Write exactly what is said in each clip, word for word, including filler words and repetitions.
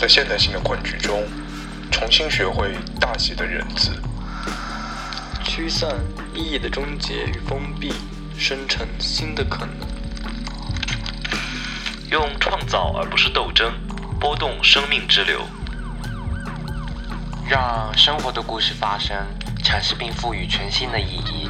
在现代性的困局中，重新学会大写的人字， 驱散意义的终结与封闭，生成新的可能。 用创造而不是斗争，拨动生命之流， 让生活的故事发生，阐释并赋予全新的意义。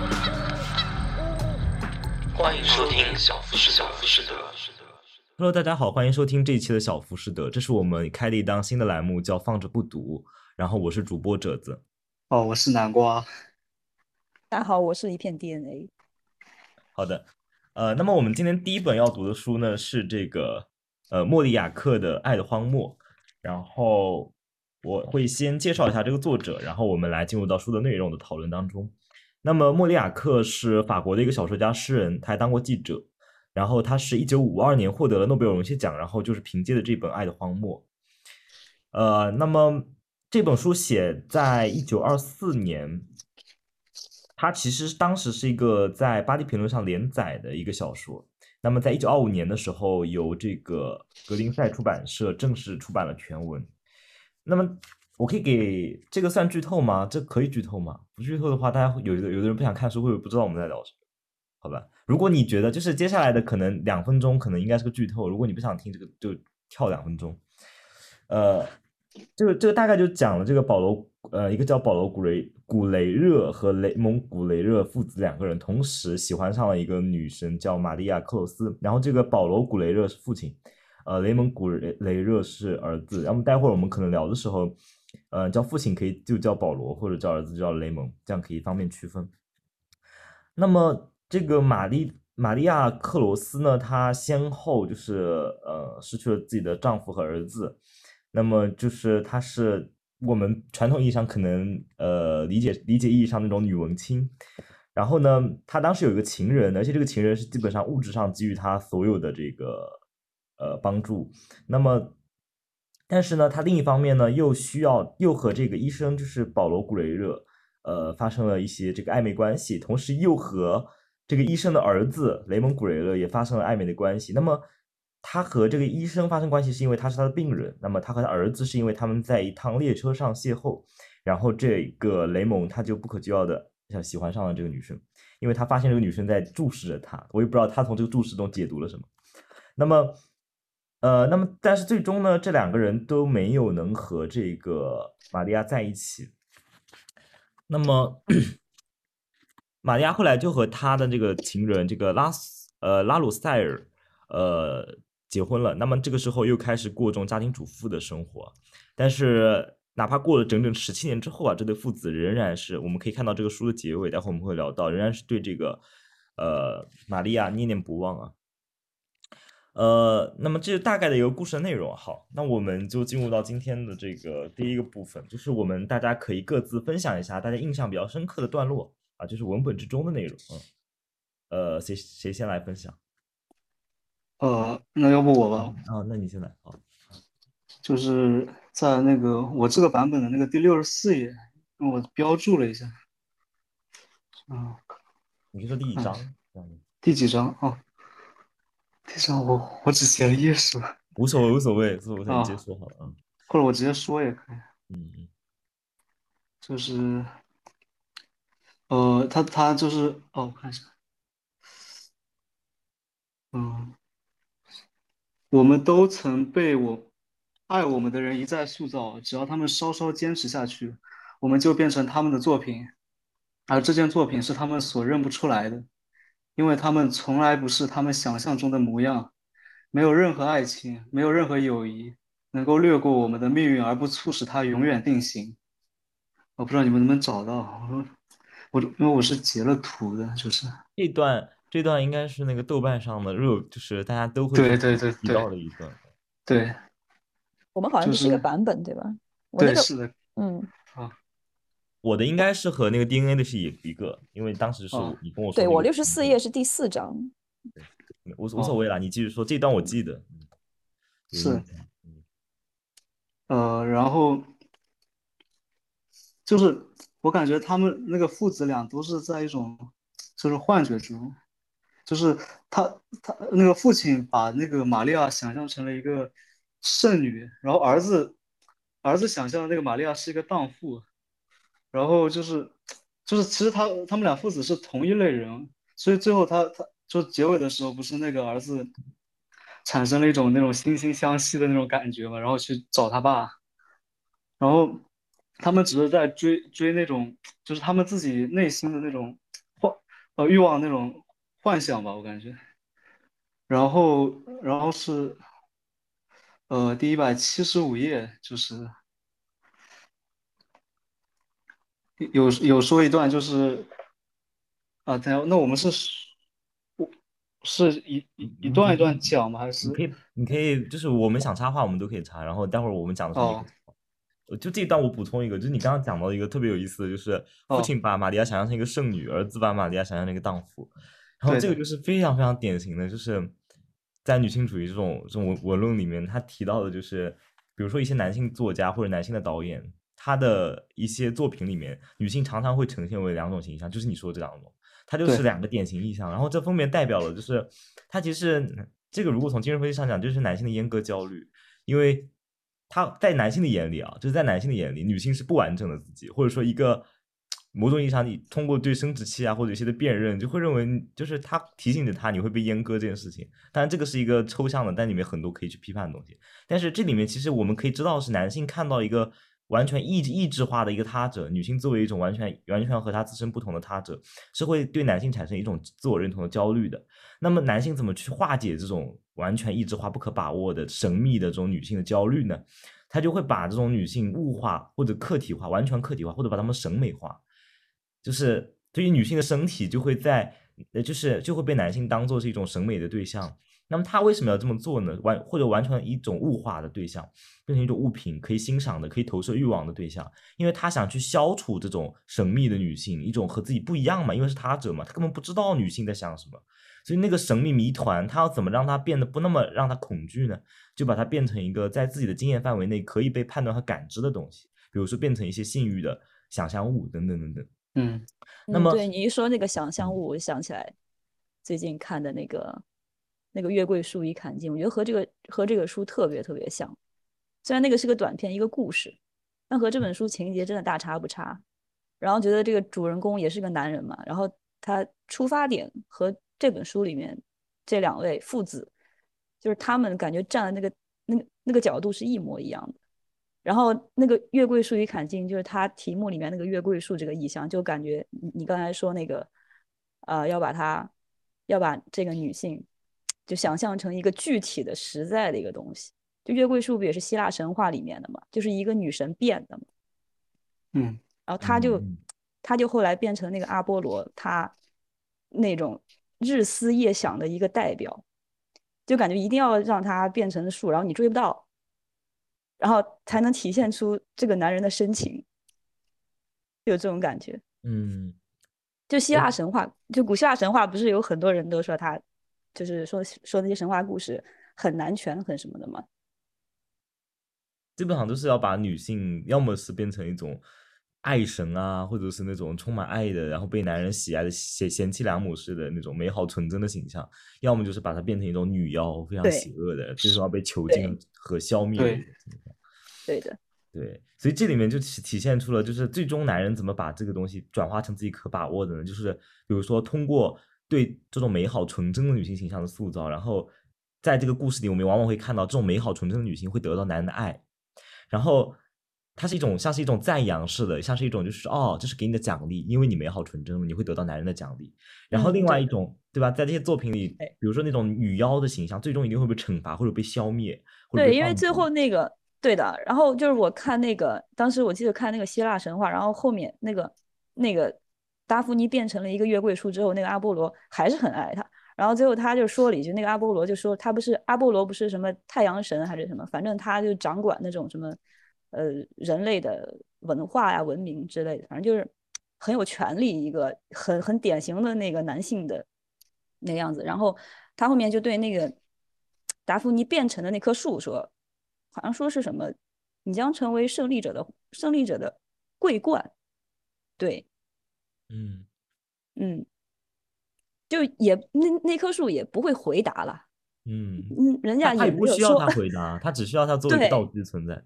欢迎收听小浮士德。 Hello， 大家好，欢迎收听这一期的小浮士德。这是我们开了一档新的栏目，叫放着不读。然后我是主播褶子。 哦，我是南瓜。 大家好，我是一片 D N A。 好的，呃，那么我们今天第一本要读的书呢是这个呃莫里亚克的《爱的荒漠》。然后我会先介绍一下这个作者，然后我们来进入到书的内容的讨论当中。那么莫里亚克是法国的一个小说家、诗人，他还当过记者。然后他是一九五二年获得了诺贝尔文学奖，然后就是凭借着这本《爱的荒漠》。呃，那么这本书写在一九二四年，它其实当时是一个在巴黎评论上连载的一个小说。那么在一九二五年的时候，由这个格林赛出版社正式出版了全文。那么我可以给这个算剧透吗？这可以剧透吗？不剧透的话，大家有的有的人不想看书，会不会不知道我们在聊什么？好吧，如果你觉得就是接下来的可能两分钟可能应该是个剧透，如果你不想听这个就跳两分钟。呃，这个这个大概就讲了这个保罗呃一个叫保罗古雷古雷热和雷蒙古雷热父子两个人同时喜欢上了一个女生叫玛利亚克洛斯，然后这个保罗古雷热是父亲，呃雷蒙古雷热是儿子。然后待会儿我们可能聊的时候，呃叫父亲可以就叫保罗，或者叫儿子就叫雷蒙，这样可以方便区分。那么这个玛丽玛利亚克罗斯呢，她先后就是呃失去了自己的丈夫和儿子。那么就是她是我们传统意义上可能呃理解理解意义上那种女文青。然后呢，她当时有一个情人，而且这个情人是基本上物质上给予她所有的这个呃帮助。那么但是呢，她另一方面呢又需要又和这个医生就是保罗古雷热呃发生了一些这个暧昧关系，同时又和这个医生的儿子雷蒙古雷勒也发生了暧昧的关系。那么他和这个医生发生关系是因为他是他的病人，那么他和他儿子是因为他们在一趟列车上邂逅，然后这个雷蒙他就不可救药的喜欢上了这个女生，因为他发现这个女生在注视着他，我也不知道他从这个注视中解读了什么。那么呃，那么但是最终呢，这两个人都没有能和这个玛利亚在一起。那么玛利亚后来就和他的这个情人这个拉呃拉鲁塞尔呃结婚了。那么这个时候又开始过这种家庭主妇的生活。但是哪怕过了整整十七年之后啊，这对父子仍然是，我们可以看到这个书的结尾，待会我们会聊到，仍然是对这个呃玛利亚念念不忘啊。呃，那么这是大概的一个故事的内容。好，那我们就进入到今天的这个第一个部分，就是我们大家可以各自分享一下大家印象比较深刻的段落啊，就是文本之中的内容。嗯，呃，谁谁先来分享？ 呃，那要不我吧？ 啊、哦，那你先来。好， 就是在那个我这个版本的那个第六十四页，我标注了一下。啊， 你是说第几章？ 嗯、第几章？哦，第几章我我只写了页数。 无所谓，无所谓，无所谓，你直接说好了啊。 或者我直接说也可以。 嗯嗯。 就是，呃，他他就是哦，我看一下。嗯，我们都曾被我爱我们的人一再塑造，只要他们稍稍坚持下去，我们就变成他们的作品，而这件作品是他们所认不出来的，因为他们从来不是他们想象中的模样。没有任何爱情，没有任何友谊能够掠过我们的命运而不促使它永远定型。我不知道你们能不能找到，我说我因为我是截了图的，就是这段这段应该是那个豆瓣上的热，就是大家都会对对对提到的一段。 对， 我们好像就是是一个版本，对吧？我那个对是的， 嗯， 啊我的应该是和那个 D N A 的是一一个，因为当时是啊你跟我说、那个。 对，我六十四页是第四章。 无无所谓啦，你继续说，这段我记得。 是，呃，然后就是我感觉他们那个父子俩都是在一种就是幻觉中，就是他他那个父亲把那个玛利亚想象成了一个圣女，然后儿子儿子想象的那个玛利亚是一个荡妇，然后就是就是其实他他们俩父子是同一类人，所以最后他他就结尾的时候不是那个儿子产生了一种那种惺惺相惜的那种感觉嘛，然后去找他爸，然后他们只是在追追那种就是他们自己内心的那种幻呃欲望那种幻想吧，我感觉。然后然后是呃第一百七十五页，就是有有说一段就是啊，等下那我们是我是一一一嗯， 段一段你讲吗？还是你可以你可以就是我们想插话，我们都可以插，然后待会儿我们讲的时候你也可哦以插。呃就这一段我补充一个，就是你刚刚讲到一个特别有意思的，就是父哦， 亲把玛利亚想象成一个圣女，儿子把玛利亚想象成一个荡妇，然后对的， 这个就是非常非常典型的，就是在女性主义这种这种文文论里面，他提到的就是，比如说一些男性作家或者男性的导演，他的一些作品里面，女性常常会呈现为两种形象，就是你说的这两种。它就是对， 两个典型意象，然后这分别代表了，就是它其实这个如果从精神分析上讲，就是男性的阉割焦虑，因为他在男性的眼里啊，就是在男性的眼里，女性是不完整的自己，或者说一个某种意义上，你通过对生殖器啊或者一些的辨认，就会认为就是他提醒着他你会被阉割这件事情。当然这个是一个抽象的，但里面很多可以去批判的东西。但是这里面其实我们可以知道是男性看到一个完全意意志化的一个他者，女性作为一种完全完全和他自身不同的他者，是会对男性产生一种自我认同的焦虑的。那么男性怎么去化解这种完全意志化、不可把握的神秘的这种女性的焦虑呢？他就会把这种女性物化或者客体化，完全客体化，或者把她们审美化，就是对于女性的身体就会在呃，就是就会被男性当做是一种审美的对象。那么他为什么要这么做呢？完或者完成一种物化的对象，变成一种物品，可以欣赏的、可以投射欲望的对象，因为他想去消除这种神秘的女性，一种和自己不一样嘛，因为是他者嘛，他根本不知道女性在想什么，所以那个神秘谜团，他要怎么让它变得不那么让他恐惧呢？就把它变成一个在自己的经验范围内可以被判断和感知的东西，比如说变成一些性欲的想象物等等等等。 嗯嗯， 那么， 对你一说那个想象嗯物，我就想起来最近看的那个那个《月桂树一砍尽》，我觉得和这个和这个书特别特别像。虽然那个是个短片，一个故事，但和这本书情节真的大差不差。然后觉得这个主人公也是个男人嘛，然后他出发点和这本书里面这两位父子，就是他们感觉站的那个那个那个角度是一模一样的。然后那个月桂树与砍尽，就是他题目里面那个月桂树这个意象，就感觉你你刚才说那个，呃，要把它要把这个女性就想象成一个具体的、实在的一个东西。就月桂树不也是希腊神话里面的嘛，就是一个女神变的嘛。 嗯然后他就嗯他就后来变成那个阿波罗，他那种日思夜想的一个代表，就感觉一定要让他变成树，然后你追不到，然后才能体现出这个男人的深情，有这种感觉。 嗯， 就希腊神话，就古希腊神话，不是有很多人都说他，就是说说那些神话故事很男权，很什么的吗？ 基本上都是要把女性要么是变成一种爱神啊，或者是那种充满爱的，然后被男人喜爱的贤贤妻良母式的那种美好纯真的形象，要么就是把它变成一种女妖，非常邪对恶的，最终要被囚禁对和消灭的一对， 种情况。 对的， 对，所以这里面就体体现出了，就是最终男人怎么把这个东西转化成自己可把握的呢？就是比如说通过对这种美好纯真的女性形象的塑造，然后在这个故事里，我们往往会看到这种美好纯真的女性会得到男人的爱，然后它是一种像是一种赞扬式的，像是一种就是哦，这是给你的奖励，因为你美好纯真了，你会得到男人的奖励。然后嗯， 另外一对的， 种，对吧？在这些作品里， 对比如说那种女妖的形象，最终一定会被惩罚或者被消灭或者被对，因为最放逐。 后那个对的，然后就是我看那个，当时我记得看那个希腊神话，然后后面那个那个达芙妮变成了一个月桂树之后，那个阿波罗还是很爱她，然后最后他就说了一句，那个阿波罗就说他不是阿波罗不是什么太阳神还是什么，反正他就掌管那种什么呃人类的文化呀、文明之类的，反正就是很有权力一个很很典型的那个男性的那个样子。然后他后面就对那个达芙妮变成的那棵树说，好像说是什么，你将成为胜利者的胜利者的桂冠。对， 嗯嗯，就也那那棵树也不会回答了， 嗯， 嗯，人家他他也也没有说， 不需要他回答，他只需要他作为一个道对具存在。对，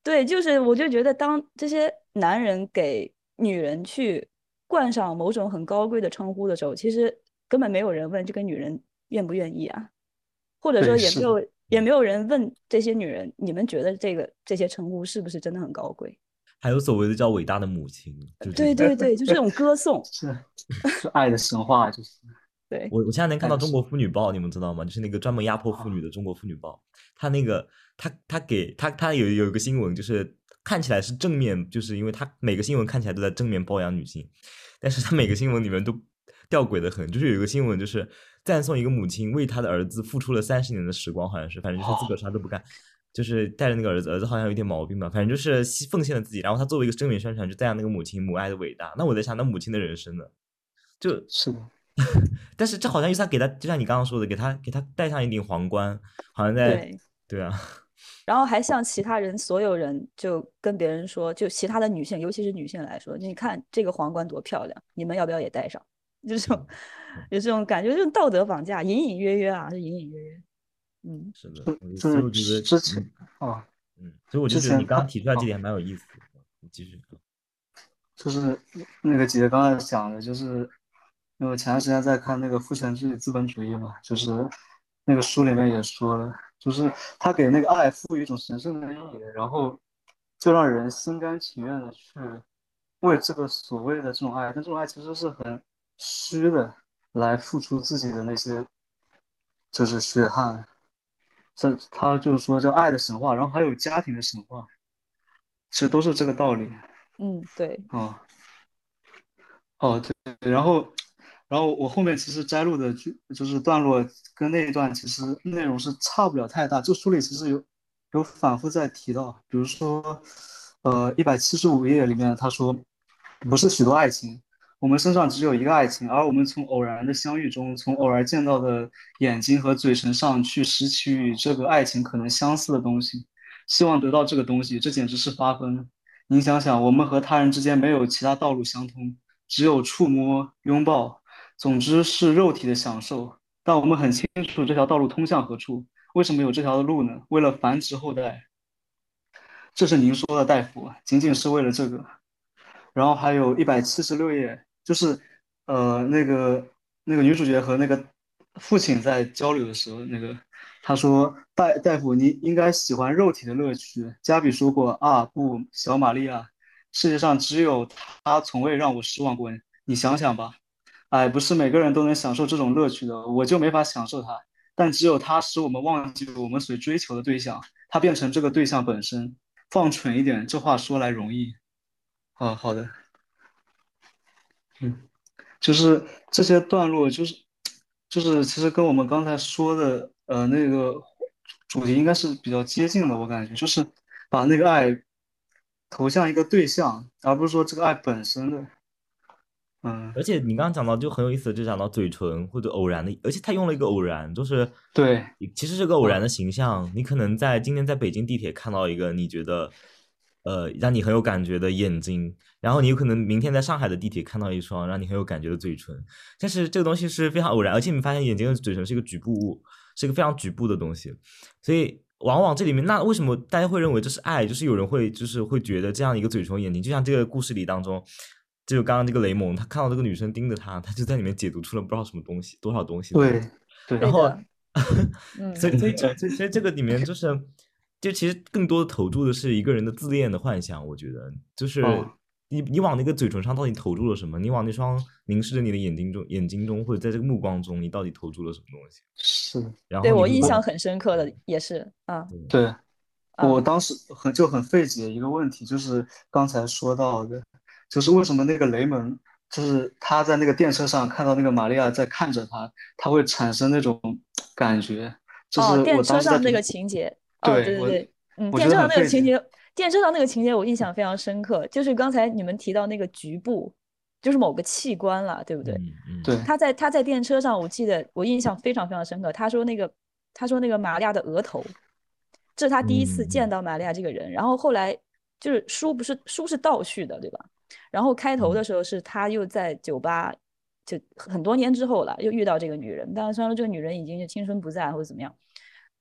对，就是我就觉得，当这些男人给女人去冠上某种很高贵的称呼的时候，其实根本没有人问这个女人愿不愿意啊，或者说对，是的， 也没有也没有人问这些女人，你们觉得这个这些称呼是不是真的很高贵？ 还有所谓的叫伟大的母亲，就这种。 对对对，就这种歌颂。 是是爱的神话，就是对， 我我现在能看爱的神。 到中国妇女报，你们知道吗？就是那个专门压迫妇女的中国妇女报，他那个他他给他他有有一个新闻，就是看起来是正面，就是因为他每个新闻看起来都在正面褒扬女性，但是他每个新闻里面都吊诡的很。就是有一个新闻就是赞颂一个母亲为她的儿子付出了三十年的时光，好像是，反正就是自个儿啥都不干，就是带着那个儿子，儿子好像有点毛病吧，反正就是奉献了自己。然后他作为一个正面宣传，就赞扬那个母亲母爱的伟大。那我在想，那母亲的人生呢？就是的， 但是这好像又是他给他，就像你刚刚说的，给他给他戴上一顶皇冠，好像在对， 对啊， 然后还向其他人所有人就跟别人说，就其他的女性，尤其是女性来说，你看这个皇冠多漂亮，你们要不要也戴上？就这种有这种感觉，这种道德绑架，隐隐约约啊，是隐隐约约。嗯， 是的， 就我就所以我觉得， 是之前嗯啊， 嗯，所以我就觉得你之前看刚刚提出来这啊， 点还蛮有意思的，你继续。 就是那个姐姐刚才讲的，就是因为我前段时间在看那个《父权制与资本主义》嘛，就是那个书里面也说了，就是他给那个爱赋予一种神圣的意义，然后就让人心甘情愿的去为这个所谓的这种爱，但这种爱其实是很虚的，来付出自己的那些就是血汗。这他就是说叫爱的神话，然后还有家庭的神话，其实都是这个道理。 嗯，对， 哦哦，对，然后然后我后面其实摘录的句就是段落跟那一段其实内容是差不了太大，就书里其实有有反复在提到，比如说呃一百七十五页里面他说，不是许多爱情，我们身上只有一个爱情，而我们从偶然的相遇中，从偶尔见到的眼睛和嘴唇上去拾取与这个爱情可能相似的东西，希望得到这个东西，这简直是发疯。您想想，我们和他人之间没有其他道路相通，只有触摸、拥抱，总之是肉体的享受。但我们很清楚这条道路通向何处。为什么有这条路呢？为了繁殖后代。这是您说的，大夫，仅仅是为了这个。然后还有一百七十六页，就是呃那个那个女主角和那个父亲在交流的时候，那个他说大大夫，你应该喜欢肉体的乐趣。加比说过啊，不，小玛利亚，世界上只有他从未让我失望过。你想想吧，哎，不是每个人都能享受这种乐趣的，我就没法享受它。但只有它使我们忘记我们所追求的对象，它变成这个对象本身。放蠢一点，这话说来容易。啊，好的，嗯。就是这些段落，就是就是其实跟我们刚才说的呃那个主题应该是比较接近的，我感觉就是把那个爱投向一个对象，而不是说这个爱本身的。嗯， 而且你刚刚讲到就很有意思，就讲到嘴唇或者偶然的，而且他用了一个偶然，就是对， 其实这个偶然啊， 的形象，你可能在今天在北京地铁看到一个你觉得呃让你很有感觉的眼睛，然后你有可能明天在上海的地铁看到一双让你很有感觉的嘴唇，但是这个东西是非常偶然，而且你发现眼睛和嘴唇是一个局部物，是一个非常局部的东西，所以往往这里面，那为什么大家会认为这是爱？就是有人会就是会觉得这样一个嘴唇眼睛，就像这个故事里当中，就刚刚这个雷蒙，他看到这个女生盯着他，他就在里面解读出了不知道什么东西，多少东西。 对对， 然后， 对的，嗯， 所以所以这所以所以这个里面就是，就其实更多的投注的是一个人的自恋的幻想，我觉得就是哦， 你你往那个嘴唇上到底投注了什么？你往那双凝视着你的眼睛中眼睛中，或者在这个目光中，你到底投注了什么东西？ 是， 对然后你会把我印象很深刻的也是啊对，我啊， 当时很就很费解一个问题，就是刚才说到的，就是为什么那个雷蒙，就是他在那个电车上看到那个玛利亚在看着他，他会产生那种感觉，这哦， 是我电当时在读， 车上那个情节，哦，对对，我对对，嗯， 我觉得电车上很费解。 那个情节，电车上那个情节我印象非常深刻，就是刚才你们提到那个局部，就是某个器官了，对不对？ 嗯嗯对， 他在他在电车上，我记得我印象非常非常深刻。他说那个他说那个玛利亚的额头，这是他第一次见嗯嗯到玛利亚这个人。然后后来就是书不是书是倒叙的，对吧？然后开头的嗯时候是他又在酒吧，就很多年之后了，又遇到这个女人。但是虽然说这个女人已经是青春不在或者怎么样，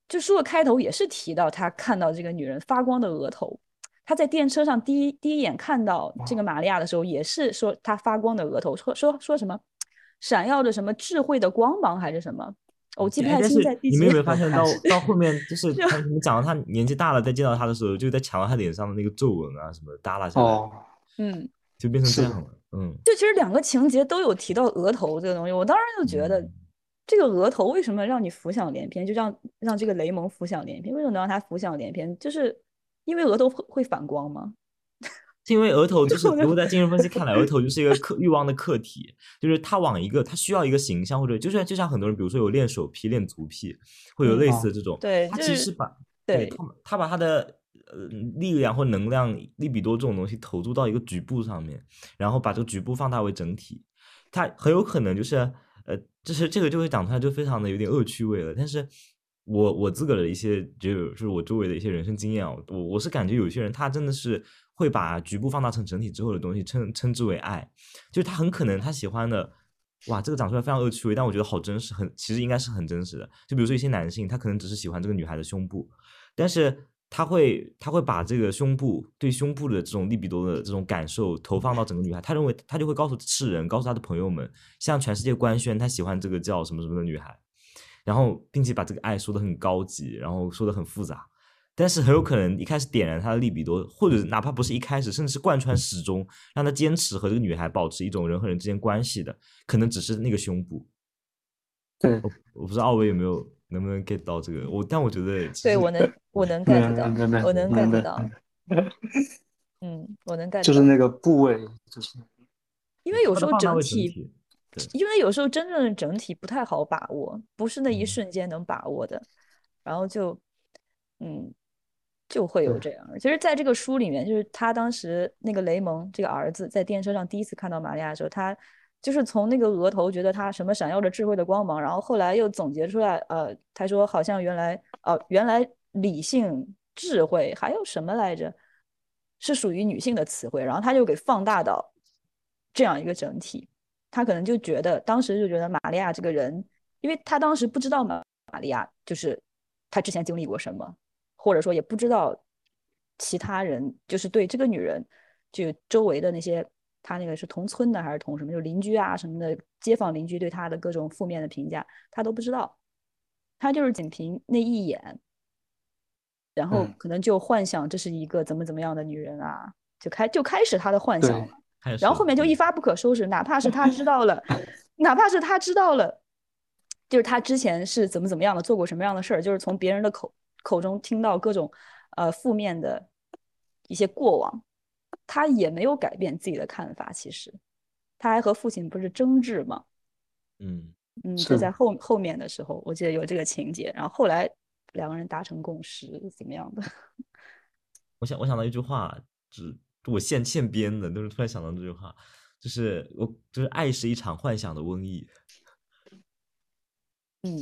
就书的开头也是提到他看到这个女人发光的额头，他在电车上第一第一眼看到这个玛利亚的时候，也是说她发光的额头，说说说什么闪耀着什么智慧的光芒还是什么，我记不太清在第几。 你们有没有发现到到后面就是他们讲到他年纪大了，再见到他的时候，就在强调他脸上的那个皱纹啊什么耷拉下来， 哦， 嗯， 就变成这样了。嗯， 就其实两个情节都有提到额头这个东西，我当时就觉得。嗯这个额头为什么让你浮想联翩？就让让这个雷蒙浮想联翩？为什么能让他浮想联翩？就是因为额头会会反光吗？ 是因为额头就是，如果在精神分析看来，额头就是一个客欲望的客体，就是他往一个他需要一个形象，或者就是就像很多人，比如说有练手癖、练足癖，会有类似的这种。 嗯、对， 他其实把对他他把他的呃力量或能量、利比多这种东西投注到一个局部上面，然后把这个局部放大为整体，他很有可能就是。呃，就是这个就会讲出来就非常的有点恶趣味了。但是我我自个儿的一些就就是我周围的一些人生经验啊，我我是感觉有些人他真的是会把局部放大成整体之后的东西称称之为爱，就是他很可能他喜欢的，哇，这个讲出来非常恶趣味，但我觉得好真实，很其实应该是很真实的。就比如说一些男性，他可能只是喜欢这个女孩的胸部，但是。他会，他会把这个胸部对胸部的这种利比多的这种感受投放到整个女孩，他认为他就会告诉世人，告诉他的朋友们，向全世界官宣他喜欢这个叫什么什么的女孩，然后并且把这个爱说得很高级，然后说得很复杂，但是很有可能一开始点燃他的利比多，或者哪怕不是一开始，甚至是贯穿始终，让他坚持和这个女孩保持一种人和人之间关系的，可能只是那个胸部。 对， 我, 我不知道奥威有没有。能不能 get 到这个？我但我觉得， 对我能，我能 get 到，我能 get 到。嗯，我能 get 到。 就是那个部位，就是因为有时候整体，因为有时候真正的整体不太好把握，不是那一瞬间能把握的，嗯、然后就，嗯，就会有这样。其实，在这个书里面，就是他当时那个雷蒙这个儿子在电车上第一次看到玛利亚的时候，他。就是从那个额头觉得他什么闪耀着智慧的光芒，然后后来又总结出来，呃，他说好像原来，呃，原来理性、智慧还有什么来着，是属于女性的词汇，然后他就给放大到这样一个整体，他可能就觉得当时就觉得玛利亚这个人，因为他当时不知道玛玛利亚就是他之前经历过什么，或者说也不知道其他人就是对这个女人就周围的那些。他那个是同村的还是同什么，就邻居啊什么的，街坊邻居对他的各种负面的评价，他都不知道。他就是仅凭那一眼，然后可能就幻想这是一个怎么怎么样的女人啊，就开就开始他的幻想了。然后后面就一发不可收拾，哪怕是他知道了，哪怕是他知道了，就是他之前是怎么怎么样的，做过什么样的事儿，就是从别人的口口中听到各种呃负面的一些过往。他也没有改变自己的看法，其实他还和父亲不是争执吗？ 嗯嗯，就在后后面的时候，我记得有这个情节，然后后来两个人达成共识，怎么样的？ 我想我想到一句话，只我现现编的，但是突然想到这句话，就是我就是爱是一场幻想的瘟疫。 嗯，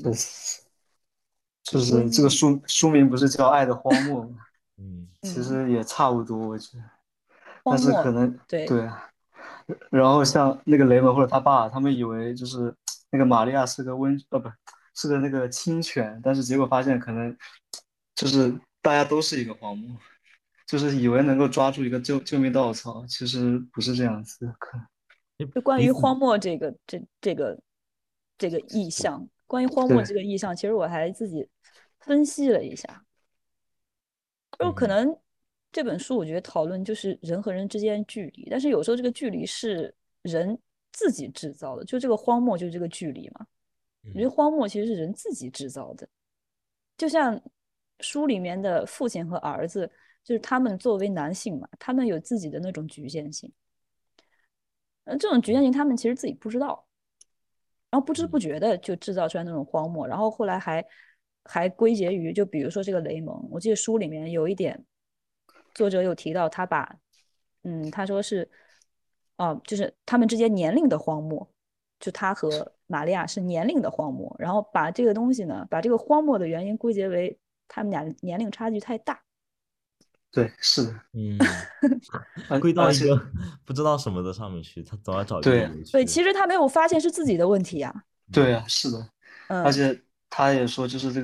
就是这个书书名不是叫《爱的荒漠》吗？ 嗯， 其实也差不多，我觉得。 但是可能对对，然后像那个雷蒙或者他爸，他们以为就是那个玛利亚是个温呃不是个那个清泉，但是结果发现可能就是大家都是一个荒漠，就是以为能够抓住一个救救命稻草，其实不是这样子。可能就关于荒漠这个这这个这个意象，关于荒漠这个意象，其实我还自己分析了一下，就可能。这本书我觉得讨论就是人和人之间距离，但是有时候这个距离是人自己制造的，就这个荒漠就是这个距离嘛。我觉得荒漠其实是人自己制造的，就像书里面的父亲和儿子，就是他们作为男性嘛，他们有自己的那种局限性，呃，这种局限性他们其实自己不知道，然后不知不觉的就制造出来那种荒漠，然后后来还还归结于，就比如说这个雷蒙，我记得书里面有一点。作者有提到，他把，嗯，他说是，哦、呃，就是他们之间年龄的荒漠，就他和玛利亚是年龄的荒漠，然后把这个东西呢，把这个荒漠的原因归结为他们俩年龄差距太大。 对，是的， 嗯，归到一个不知道什么的上面去，他总要找一个理由去。 对，其实他没有发现是自己的问题啊。 对啊，是的， 嗯， 而且他也说，就是这个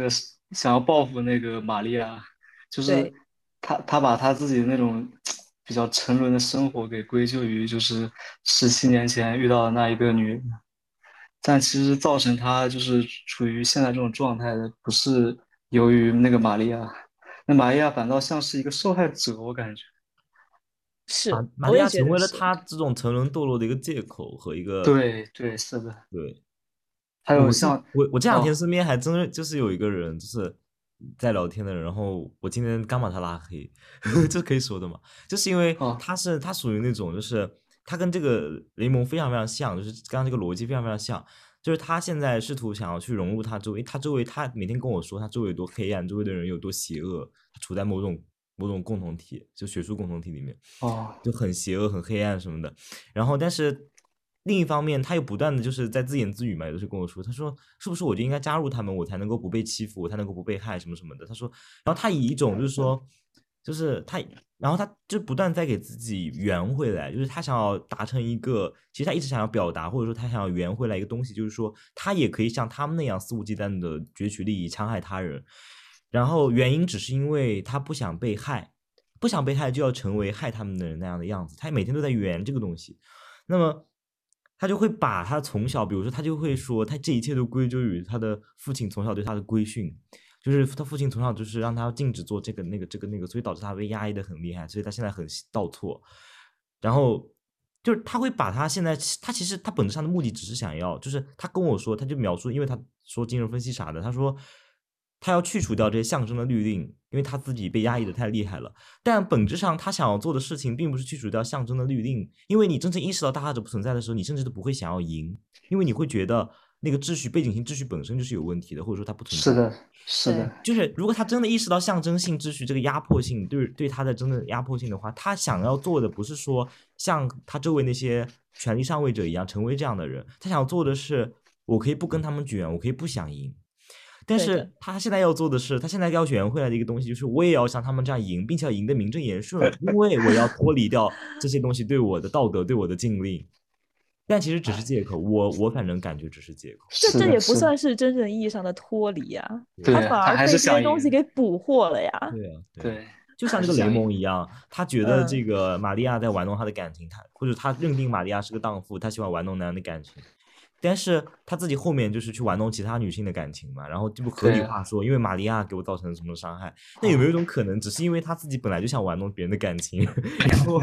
想要报复那个玛利亚，就是对， 他他把他自己的那种比较沉沦的生活给归咎于就是十七年前遇到的那一个女人，但其实造成他就是处于现在这种状态的，不是由于那个玛利亚，那玛利亚反倒像是一个受害者，我感觉。 玛是，我也玛利亚成为了觉得是。 他这种沉沦堕落的一个借口和一个对对，是的。 对。我是还有像我我这两天哦身边还真就是有一个人，就是在聊天的人，然后我今天刚把他拉黑，这可以说的嘛？就是因为哦他是他属于那种，就是他跟这个雷蒙非常非常像，就是刚刚这个逻辑非常非常像，就是他现在试图想要去融入他周围，他周围他每天跟我说他周围有多黑暗，周围的人有多邪恶，他处在某种某种共同体，就学术共同体里面， 哦， 就很邪恶、很黑暗什么的。然后，但是另一方面，他又不断的就是在自言自语嘛，有的时候跟我说，他说是不是我就应该加入他们，我才能够不被欺负，我才能够不被害什么什么的。他说，然后他以一种就是说，就是他，然后他就不断在给自己圆回来，就是他想要达成一个，其实他一直想要表达，或者说他想要圆回来一个东西，就是说他也可以像他们那样肆无忌惮的攫取利益、戕害他人。然后原因只是因为他不想被害，不想被害就要成为害他们的人那样的样子，他每天都在圆这个东西。那么他就会把他从小，比如说他就会说，他这一切都归咎于他的父亲从小对他的规训，就是他父亲从小就是让他禁止做这个那个这个那个，所以导致他被压抑的很厉害，所以他现在很倒错。然后就是他会把他现在他其实他本质上的目的只是想要，就是他跟我说，他就描述，因为他说精神分析啥的，他说他要去除掉这些象征的律令，因为他自己被压抑的太厉害了。但本质上他想要做的事情，并不是去除掉象征的律令，因为你真正意识到大他者不存在的时候，你甚至都不会想要赢，因为你会觉得那个秩序背景性秩序本身就是有问题的，或者说它不存在。 是的，是对， 的， 就是如果他真的意识到象征性秩序这个压迫性对对他的真的压迫性的话，他想要做的不是说像他周围那些权力上位者一样成为这样的人，他想要做的是我可以不跟他们卷，我可以不想赢。但对的， 是他现在要做的是，他现在要圆回来的一个东西，就是我也要像他们这样赢，并且要赢得名正言顺，因为我要脱离掉这些东西对我的道德、对我的禁令。但其实只是借口，我我反正感觉只是借口。 这这是的，是的， 也不算是真正意义上的脱离呀，他对， 反他还是而被这些想赢， 东西给捕获了呀。 对啊，对啊。 对， 就像这个雷还是想赢， 蒙一样，他觉得这嗯， 个玛利亚在玩弄他的感情，他或者他认定玛利亚是个荡妇，他喜欢玩弄男人的感情，但是他自己后面就是去玩弄其他女性的感情嘛，然后这不合理对化说，因为玛利亚给我造成了什么伤害，那有没有一啊， 种可能，只是因为他自己本来就想玩弄别人的感情，然后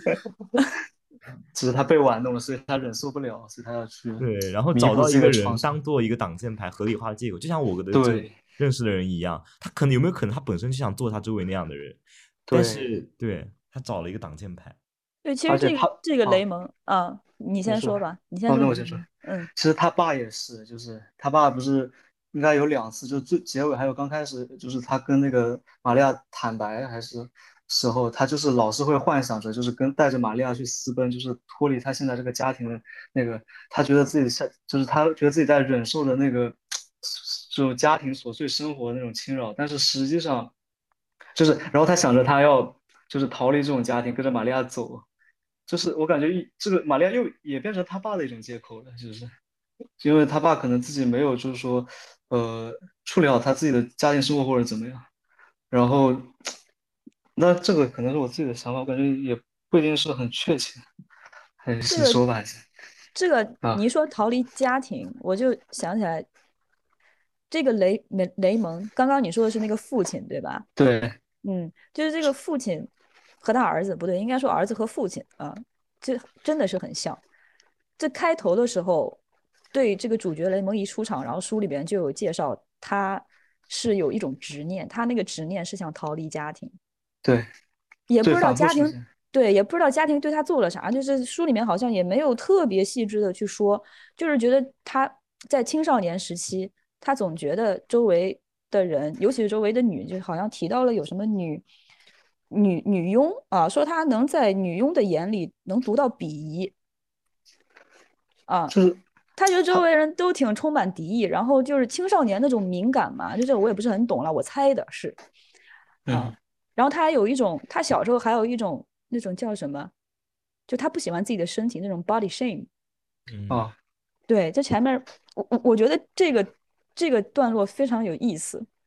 只是他被玩弄了，所以他忍受不了，所以他要去对，然后找弥补自己到一个人的创伤。 当做一个挡箭牌，合理化的借口，就像我的这个对认识的人一样，他可能有没有可能他本身就想做他周围那样的人，但对， 是对他找了一个挡箭牌。 对，其实而且他这个这个雷啊， 蒙啊，你你说先说吧，你先哦， 说那我先说， 你的意嗯， 其实他爸也是，就是他爸不是应该有两次，就最结尾还有刚开始，就是他跟那个玛利亚坦白还是时候，他就是老是会幻想着，就是跟带着玛利亚去私奔，就是脱离他现在这个家庭的那个，他觉得自己是，就是他觉得自己在忍受的那个这种家庭琐碎生活的那种侵扰，但是实际上就是，然后他想着他要就是逃离这种家庭，跟着玛利亚走。就是我感觉一这个玛利亚又也变成他爸的一种借口了，就是因为他爸可能自己没有就是说，呃，处理好他自己的家庭生活或者怎么样，然后那这个可能是我自己的想法，我感觉也不一定是很确切，还这个是说吧，还是这个你啊， 一说逃离家庭，我就想起来这个雷雷雷蒙，刚刚你说的是那个父亲对吧？ 对嗯，就是这个父亲和他儿子不对，应该说儿子和父亲啊，这真的是很像。这开头的时候，对这个主角雷蒙一出场，然后书里边就有介绍，他是有一种执念，他那个执念是想逃离家庭， 对对， 也不知道家庭反复出现， 对，也不知道家庭对他做了啥，就是书里面好像也没有特别细致的去说，就是觉得他在青少年时期，他总觉得周围的人，尤其是周围的女，就好像提到了有什么女女女佣啊，说他能在女佣的眼里能读到鄙夷啊， 就是他觉得周他围人都挺充满敌意，然后就是青少年那种敏感嘛，就这我也不是很懂了，我猜的是啊， 嗯然后他还有一种，他小时候还有一种那种叫什么，就他不喜欢自己的身体那种 body shame。 嗯， 啊， 对，这前面我我我觉得这个这个段落非常有意思。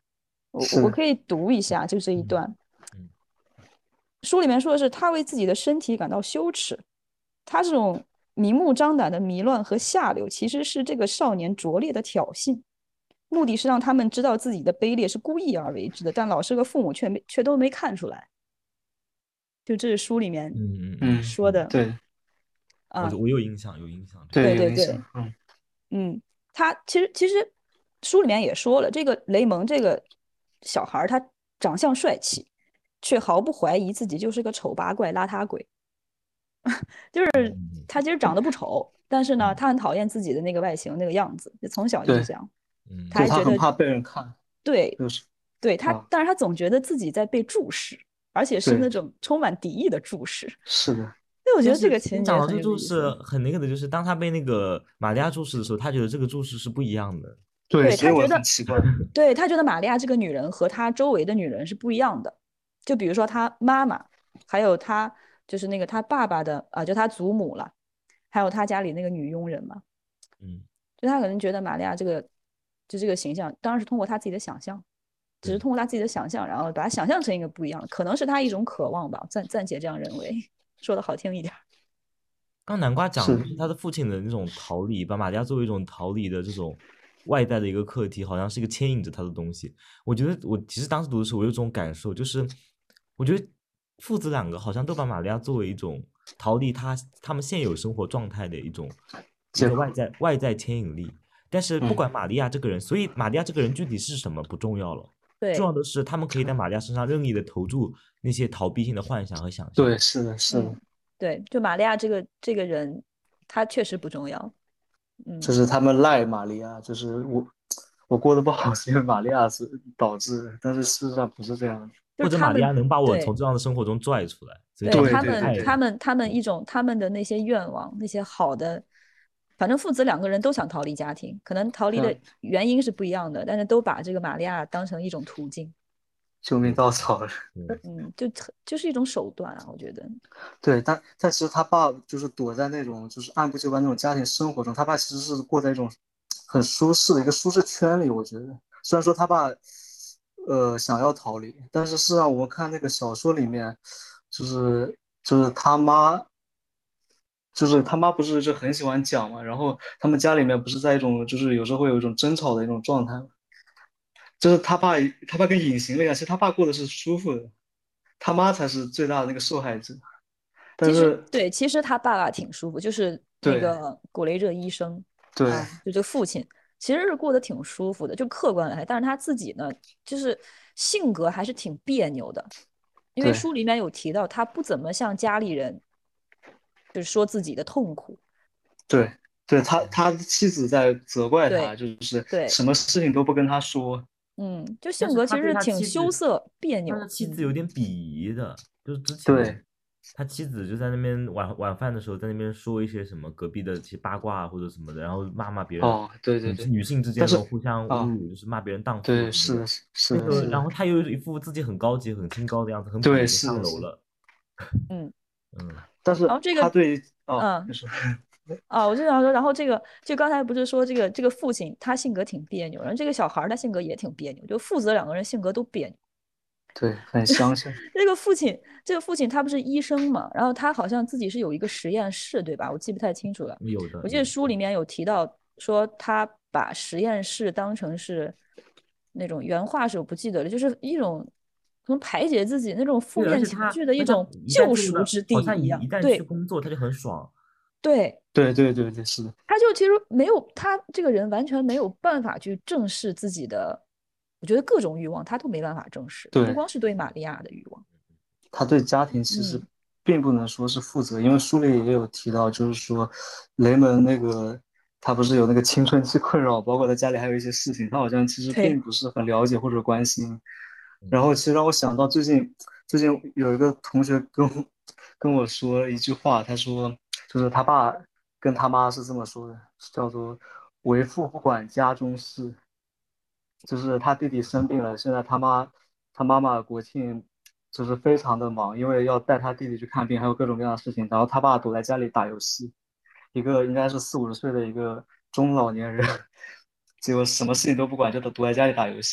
我我我是可以读一下，就这一嗯段。 嗯书里面说的是，他为自己的身体感到羞耻，他这种明目张胆的迷乱和下流，其实是这个少年拙劣的挑衅，目的是让他们知道自己的卑劣是故意而为之的，但老师和父母却没却都没看出来。就这是书里面嗯嗯嗯嗯， 说的对啊， 我我有印象，有印象这个。 对， 对对对， 有印象，嗯， 嗯，他其实其实书里面也说了，这个雷蒙这个小孩他长相帅气，却毫不怀疑自己就是个丑八怪、邋遢鬼。就是嗯他其实长得不丑，但是呢， 嗯他很讨厌自己的那个外形、那个样子，就从小就是对这样。 嗯对， 他还觉得， 他很怕被人看， 对， 就是对他， 啊， 但是他总觉得自己在被注视，而且是那对， 种充满敌意的注视。 是的， 所以我觉但是得这个情你讲节很到这个注有意思。 视很那个的，就是当他被那个玛利亚注视的时候，他觉得这个注视是不一样的。 对，所以我对他觉得， 很奇怪， 对他觉得玛利亚这个女人和他周围的女人是不一样的。就比如说他妈妈，还有他就是那个他爸爸的啊、呃就他祖母了，还有他家里那个女佣人嘛。 嗯， 就他可能觉得玛利亚这个就这个形象，当然是通过他自己的想象，只是对。 通过他自己的想象，然后把它想象成一个不一样的，可能是他一种渴望吧。暂暂且这样认为，说的好听一点。 刚南瓜讲的是就是他的父亲的那种逃离，把玛利亚作为一种逃离的这种外在的一个课题，好像是一个牵引着他的东西。我觉得我其实当时读的时候，我有这种感受，就是我觉得父子两个好像都把玛利亚作为一种逃离他他们现有生活状态的一种一借口， 个外在外在牵引力。但是不嗯， 管玛利亚这个人，所以玛利亚这个人具体是什么不重要了，重要对， 的是他们可以在玛利亚身上任意的投注那些逃避性的幻想和想象。 对，是的，是的， 嗯，对，就玛利亚这个这个人，他确实不重要。嗯， 就是他们赖玛利亚，就是我我过得不好是因为玛利亚是导致的，但是事实上不是这样的， 或者玛利亚就是他们能把我从对这样的生活中拽出来，所以对找他对他们， 对对对他们，他们一种他们的那些愿望，那些好的，反正父子两个人都想逃离家庭，可能逃离的像原因是不一样的，但是都把这个玛利亚当成一种途径。 救命稻草人。 对嗯，就特就是一种手段啊，我觉得。 对，但但其实他爸就是躲在那种就是按部就班那种家庭生活中，他爸其实是过在一种很舒适的一个舒适圈里。我觉得，虽然说他爸呃想要逃离，但是事实上我们看那个小说里面，就是就是他妈，就是他妈不是就很喜欢讲嘛，然后他们家里面不是在一种就是有时候会有一种争吵的一种状态嘛，就是他爸他爸跟隐形了一样，其实他爸过的是舒服的，他妈才是最大的那个受害者。但其实是对，其实他爸爸挺舒服，就是那对个古雷热医生对啊，就这个父亲，其实是过得挺舒服的，就客观来看，但是他自己呢，就是性格还是挺别扭的，因为对书里面有提到他不怎么向家里人就是说自己的痛苦。 对对，他他妻子在责怪他， 对就是对， 什么事情都不跟他说。 嗯，就但性格其是他对他实挺妻子， 羞涩别扭。 他的妻子有嗯， 点鄙夷的，就是之对前他妻子就在那边晚晚饭的时候在那边说一些什么隔壁的一些八卦啊或者什么的，然后骂骂别人， 哦，对对女对， 女性之间但是那种互相侮啊， 辱，就是骂别人荡妇对， 什么的。 是的，是是的， 那个， 是的， 然后他又一副自己很高级、很清高的样子，很对， 痞的是的，是的。 上楼了。 嗯， 嗯但是然后这个， 他对哦， 嗯， 你说啊，我就想说，然后这个就刚才不是说这个这个父亲他性格挺别扭，然后这个小孩儿他性格也挺别扭，就父子两个人性格都别扭。 对，很相像。 这个父亲，这个父亲他不是医生嘛，然后他好像自己是有一个实验室，对吧？我记不太清楚了。 有的我记得有的， 书里面有提到说他把实验室当成是那种原话是我不记得了，就是一种可能排解自己那种负对，而面且他， 情绪的一而且他种一旦救进入了， 赎之地好像一一样。 一旦去对工作，他就很爽。 对， 对对对对，是的， 他就其实没有他这个人完全没有办法去正视自己的，我觉得各种欲望他都没办法正视，不对， 光是对玛利亚的欲望。 他对家庭其实嗯， 并不能说是负责，因为书里也有提到，就是说雷蒙那个他不是有那个青春期困扰，包括他家里还有一些事情，他好像其实并对， 不是很了解或者关心。 嗯然后其实让我想到最近最近有一个同学跟我跟我说一句话，他说就是他爸跟他妈是这么说的，叫做为父不管家中事。就是他弟弟生病了，现在他妈他妈妈国庆就是非常的忙，因为要带他弟弟去看病，还有各种各样的事情。然后他爸躲在家里打游戏，一个应该是四五十岁的一个中老年人，结果什么事情都不管，就躲在家里打游戏。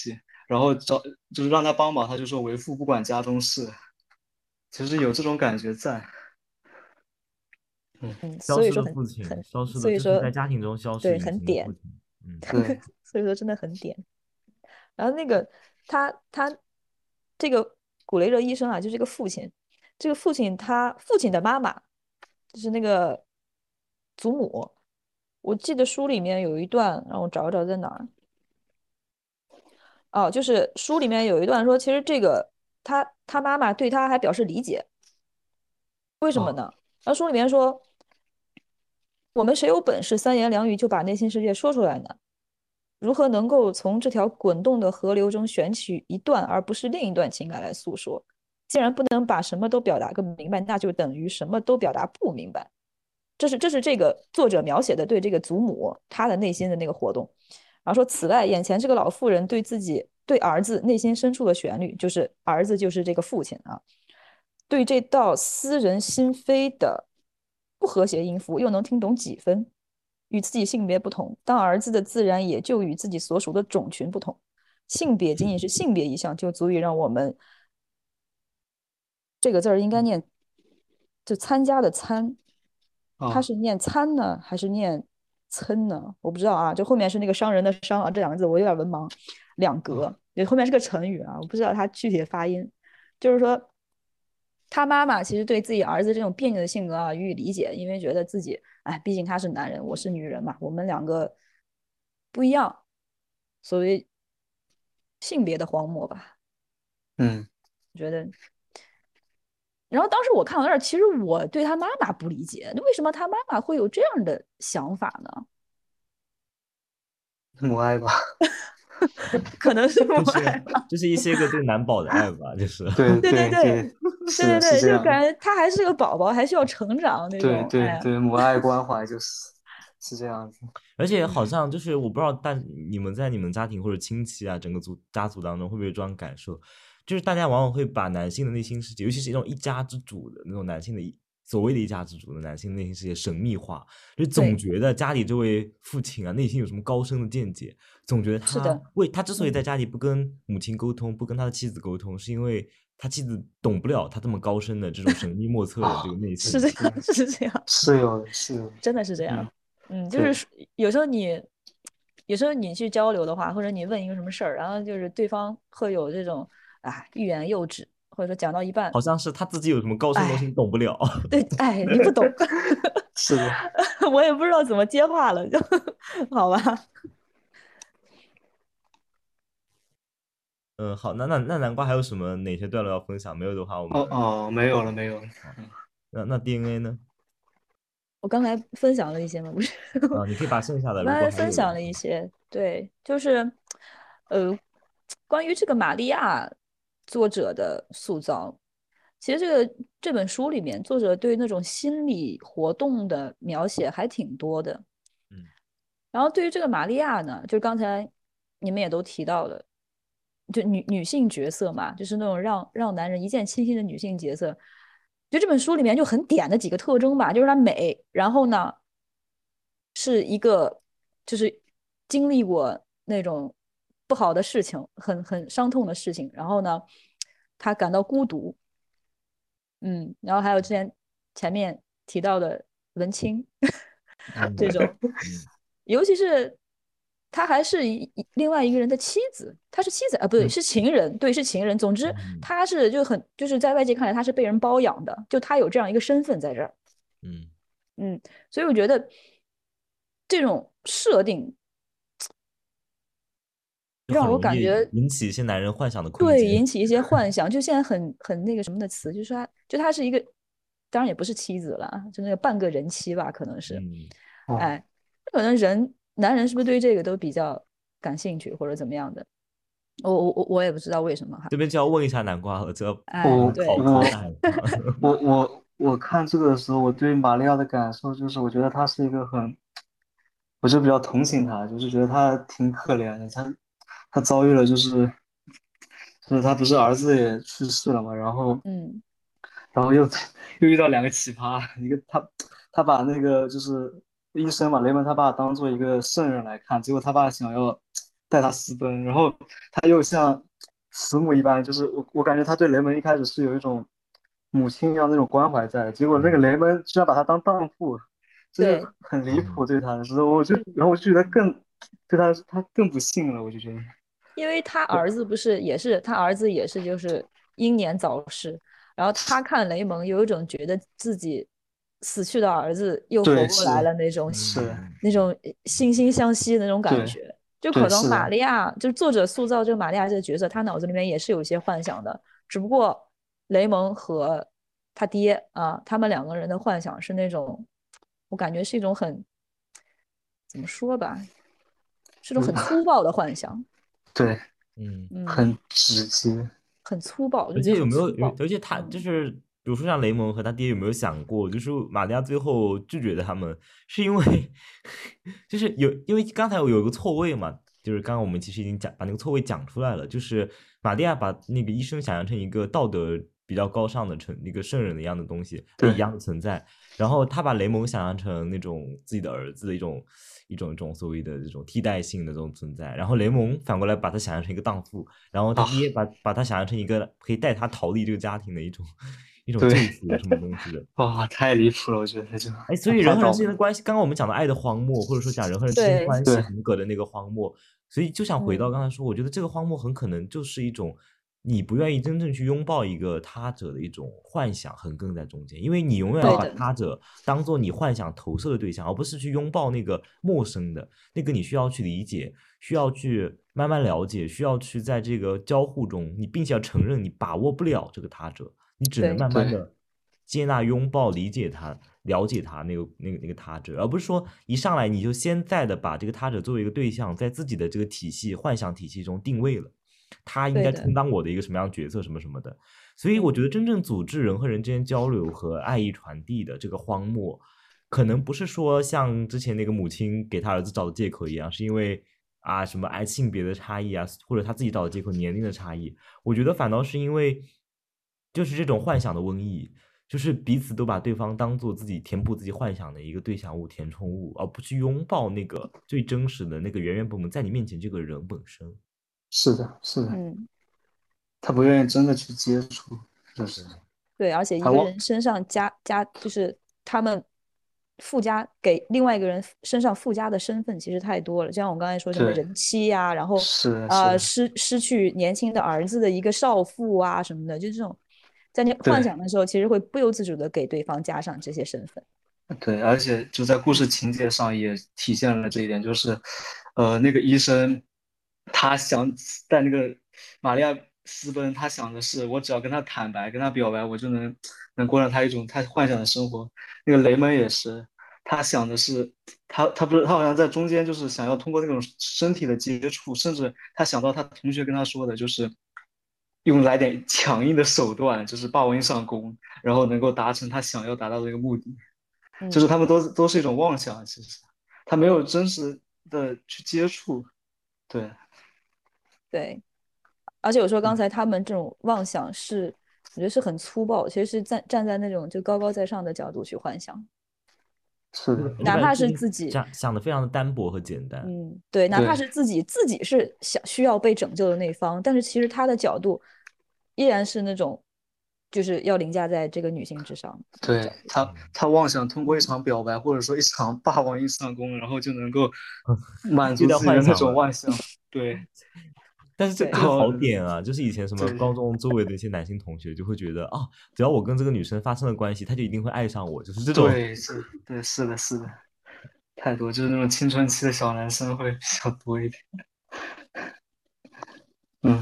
然后找就是让他帮忙，他就说为父不管家中事，其实有这种感觉在。嗯， 嗯， 消失的所以说很父亲， 很， 消失的，就是所以说在家庭中消失对， 隐很点， 形的父亲。嗯， 对。 所以说真的很点。然后那个他他这个古雷热医生啊，就是这个父亲，这个父亲他父亲的妈妈就是那个祖母，我记得书里面有一段，让我找找在哪儿。哦，就是书里面有一段说，其实这个他他妈妈对他还表示理解，为什么哦呢？然后书里面说，我们谁有本事三言两语就把内心世界说出来呢？如何能够从这条滚动的河流中选取一段，而不是另一段情感来诉说？既然不能把什么都表达个明白，那就等于什么都表达不明白。这是这是这个作者描写的对这个祖母她的内心的那个活动。然后说，此外，眼前这个老妇人对自己对儿子内心深处的旋律，就是儿子就是这个父亲啊，对这道撕人心扉的不和谐音符又能听懂几分？与自己性别不同，当儿子的自然也就与自己所属的种群不同。性别仅仅是性别一项，就足以让我们这个字儿应该念就参加的参，它哦是念参呢还是念参呢？我不知道啊。就后面是那个商人的商啊，这两个字我有点文盲，两哦格，对，后面是个成语啊，我不知道它具体的发音。就是说，他妈妈其实对自己儿子这种别扭的性格啊予以理解，因为觉得自己，哎，毕竟他是男人，我是女人嘛，我们两个不一样，所谓性别的荒漠吧， 嗯。 我觉得。然后当时我看到那儿，其实我对他妈妈不理解，为什么他妈妈会有这样的想法呢？ 母爱吧。 可能是母就是爱吧。 就是一些个对男宝的爱吧，就是对对对对对对，是对对对， 是这样的。 就感觉他还是个宝宝，还需要成长那对种。哎呀， 对对，母爱关怀就是是这样子。 而且好像就是我不知道，但你们在你们家庭或者亲戚啊，整个族家族当中会不会有这种感受？就是大家往往会把男性的内心世界，尤其是一种一家之主的那种男性的一所谓的一家之主的男性内心世界神秘化，就总对， 觉得家里这位父亲啊内心有什么高深的见解，总觉得他是的， 为他之所以在嗯， 家里不跟母亲沟通，不跟他的妻子沟通，是因为他妻子懂不了他这么高深的这种神秘莫测的这个啊， 内是这心。 样，是这样。 是有的是有的。 真的是这样。 嗯， 嗯，就对。 是有时候你，有时候你去交流的话，或者你问一个什么事儿，然后就是对方会有这种啊欲言又止，或者说讲到一半， 好像是他自己有什么高深的东西哎， 你懂不了。 对，哎，你不懂， 是的。 我也不知道怎么接话了，就好吧。 嗯，好，那那那南瓜还有什么哪些段落要分享？没有的话，我们哦哦，没有了没有了。 好，那那 D N A 呢？ 我刚才分享了一些嘛，不是？ 啊，你可以把剩下的， 我刚才如果还有的话， 分享了一些，对，就是，呃，关于这个玛利亚作者的塑造，其实这个这本书里面，作者对那种心理活动的描写还挺多的。 嗯然后对于这个玛利亚呢，就刚才你们也都提到了，就女女性角色嘛，就是那种让让男人一见倾心的女性角色。就这本书里面就很点的几个特征吧，就是她美，然后呢是一个就是经历过那种不好的事情，很很伤痛的事情，然后呢她感到孤独，嗯，然后还有之前前面提到的文青这嗯种， 嗯尤其是她还是一另外一个人的妻子，她是妻子啊，不对， 嗯是情人，对，是情人。总之， 嗯她是就很就是在外界看来，她是被人包养的，就她有这样一个身份在这儿， 嗯， 嗯，所以我觉得这种设定让我就很容易感觉引起一些男人幻想的空对， 间。 引起一些幻想。就现在很很那个什么的词，就是他，就他是一个，当然也不是妻子了，就那个半个人妻吧，可能是。 嗯， 哦， 哎，可能人男人是不是对这个都比较感兴趣或者怎么样的？我我我我也不知道为什么哈。 这边就要问一下南瓜了，这要哎， 我帮他考对， 考一我下。 我我我看这个的时候，我对玛利亚的感受就是，我觉得她是一个很，我就比较同情她，就是觉得她挺可怜的，她她遭遇了就是，就是她不是儿子也去世了嘛，然后嗯然后又又遇到两个奇葩，一个他他把那个就是医生嘛，雷蒙他爸当做一个圣人来看，结果他爸想要带他私奔，然后他又像慈母一般，就是我我感觉他对雷蒙一开始是有一种母亲一样那种关怀在，结果那个嗯雷蒙居然把他当荡妇，这就对， 很离嗯谱对他的时候，我就嗯， 然后我就觉得更对他他更不信了，我就觉得因为他儿子不是也是他儿子也是就是英年早逝，然后他看雷蒙有一种觉得自己死去的儿子又活对过来是了那种是， 嗯那种惺惺相惜的那种感对觉。就可对是的， 能玛利亚就是作者塑造这个玛利亚这个角色，他脑子里面也是有一些幻想的，只不过雷蒙和他爹啊，他们两个人的幻想是那种，我感觉是一种很怎么说吧，是种嗯很粗暴的幻想。 对， 嗯。 嗯， 很直接， 很粗暴，我就觉得而且有没有有， 很粗暴。 而且他就嗯， 是，比如说像雷蒙和他爹有没有想过，就是玛利亚最后拒绝了他们，是因为就是有，因为刚才有有一个错位嘛，就是刚刚我们其实已经讲把那个错位讲出来了，就是玛利亚把那个医生想象成一个道德比较高尚的成一个圣人的一样的东西，呃一对样的存在，然后他把雷蒙想象成那种自己的儿子的一种一种一种所谓的这种替代性的这种存在，然后雷蒙反过来把他想象成一个荡妇，然后他啊， 爹把把他想象成一个可以带他逃离这个家庭的一种一种对， 救赎什么东西的。 哇，太离谱了，我觉得就哎，所以人和人太倒霉， 之间的关系，刚刚我们讲的爱的荒漠，或者说讲人和人之间对， 关系对人格的那个荒漠，所以就想回到嗯， 刚才说，我觉得这个荒漠很可能就是一种你不愿意真正去拥抱一个他者的一种幻想横亘在中间，因为你永远要把对的， 他者当做你幻想投射的对象，而不是去拥抱那个陌生的那个你需要去理解，需要去慢慢了解，需要去在这个交互中，你并且要承认你把握不了这个他者，你只能对， 对慢慢的接纳、拥抱、理解他。了解他那个那个那个他者，而不是说一上来你就现在的把这个他者作为一个对象，在自己的这个体系幻想体系中定位了，他应对的， 该充当我的一个什么样的角色，什么什么的。所以我觉嗯， 得真正组织人和人之间交流和爱意传递的这个荒漠，可能不是说像之前那个母亲给他儿子找的借口一样，是因为啊什么爱性别的差异啊，或者他自己找的借口年龄的差异。我觉得反倒是因为就是这种幻想的瘟疫。就是彼此都把对方当做自己填补自己幻想的一个对象物、填充物，而不去拥抱那个最真实的那个原原本本在你面前这个人本身。 是的，是的， 嗯， 他不愿意真的去接触，就是对，而且一他忘， 个人身上加加就是他们附加给另外一个人身上附加的身份其实太多了，就像我刚才说什么对， 人妻呀、然后是的，是呃的， 失失去年轻的儿子的一个少妇啊什么的，就这种在你幻对想的时候，其实会不由自主的给对方加上这些身份。 对，而且就在故事情节上也体现了这一点，就是，呃，那个医生他想带那个玛利亚私奔，他想的是我只要跟他坦白，跟他表白，我就能能过上他一种他幻想的生活。那个雷蒙也是，他想的是他他不是他好像在中间就是想要通过那种身体的接触，甚至他想到他同学跟他说的，就是用来点强硬的手段，就是霸王硬上弓，然后能够达成他想要达到的一个目的。就是嗯， 他们都都是一种妄想，其实他没有真实的去接触。对， 对。而且我说刚嗯， 才他们这种妄想是，我觉得是很粗暴，其实是站站在那种就高高在上的角度去幻想， 是的， 我就哪怕感觉事情是自己， 想想的非常的单薄和简单。 嗯，对，哪怕对是自己自己是想需要被拯救的那方，但是其实他的角度依然是那种就是要凌驾在这个女性之上的这个对， 角度。 他他妄想通过一场表白，或者说一场霸王硬上弓，然后就能够满又在足自己的那幻想了。 种幻想。对， 但是这对， 这个然后好点啊，就是以前什么对高中周围的一些男性同学就会觉得啊、哦，只要我跟这个女生发生了关系，她就一定会爱上我，就是这种。 对是，对是的，是的，太多就是那种青春期的小男生会比较多一点。嗯，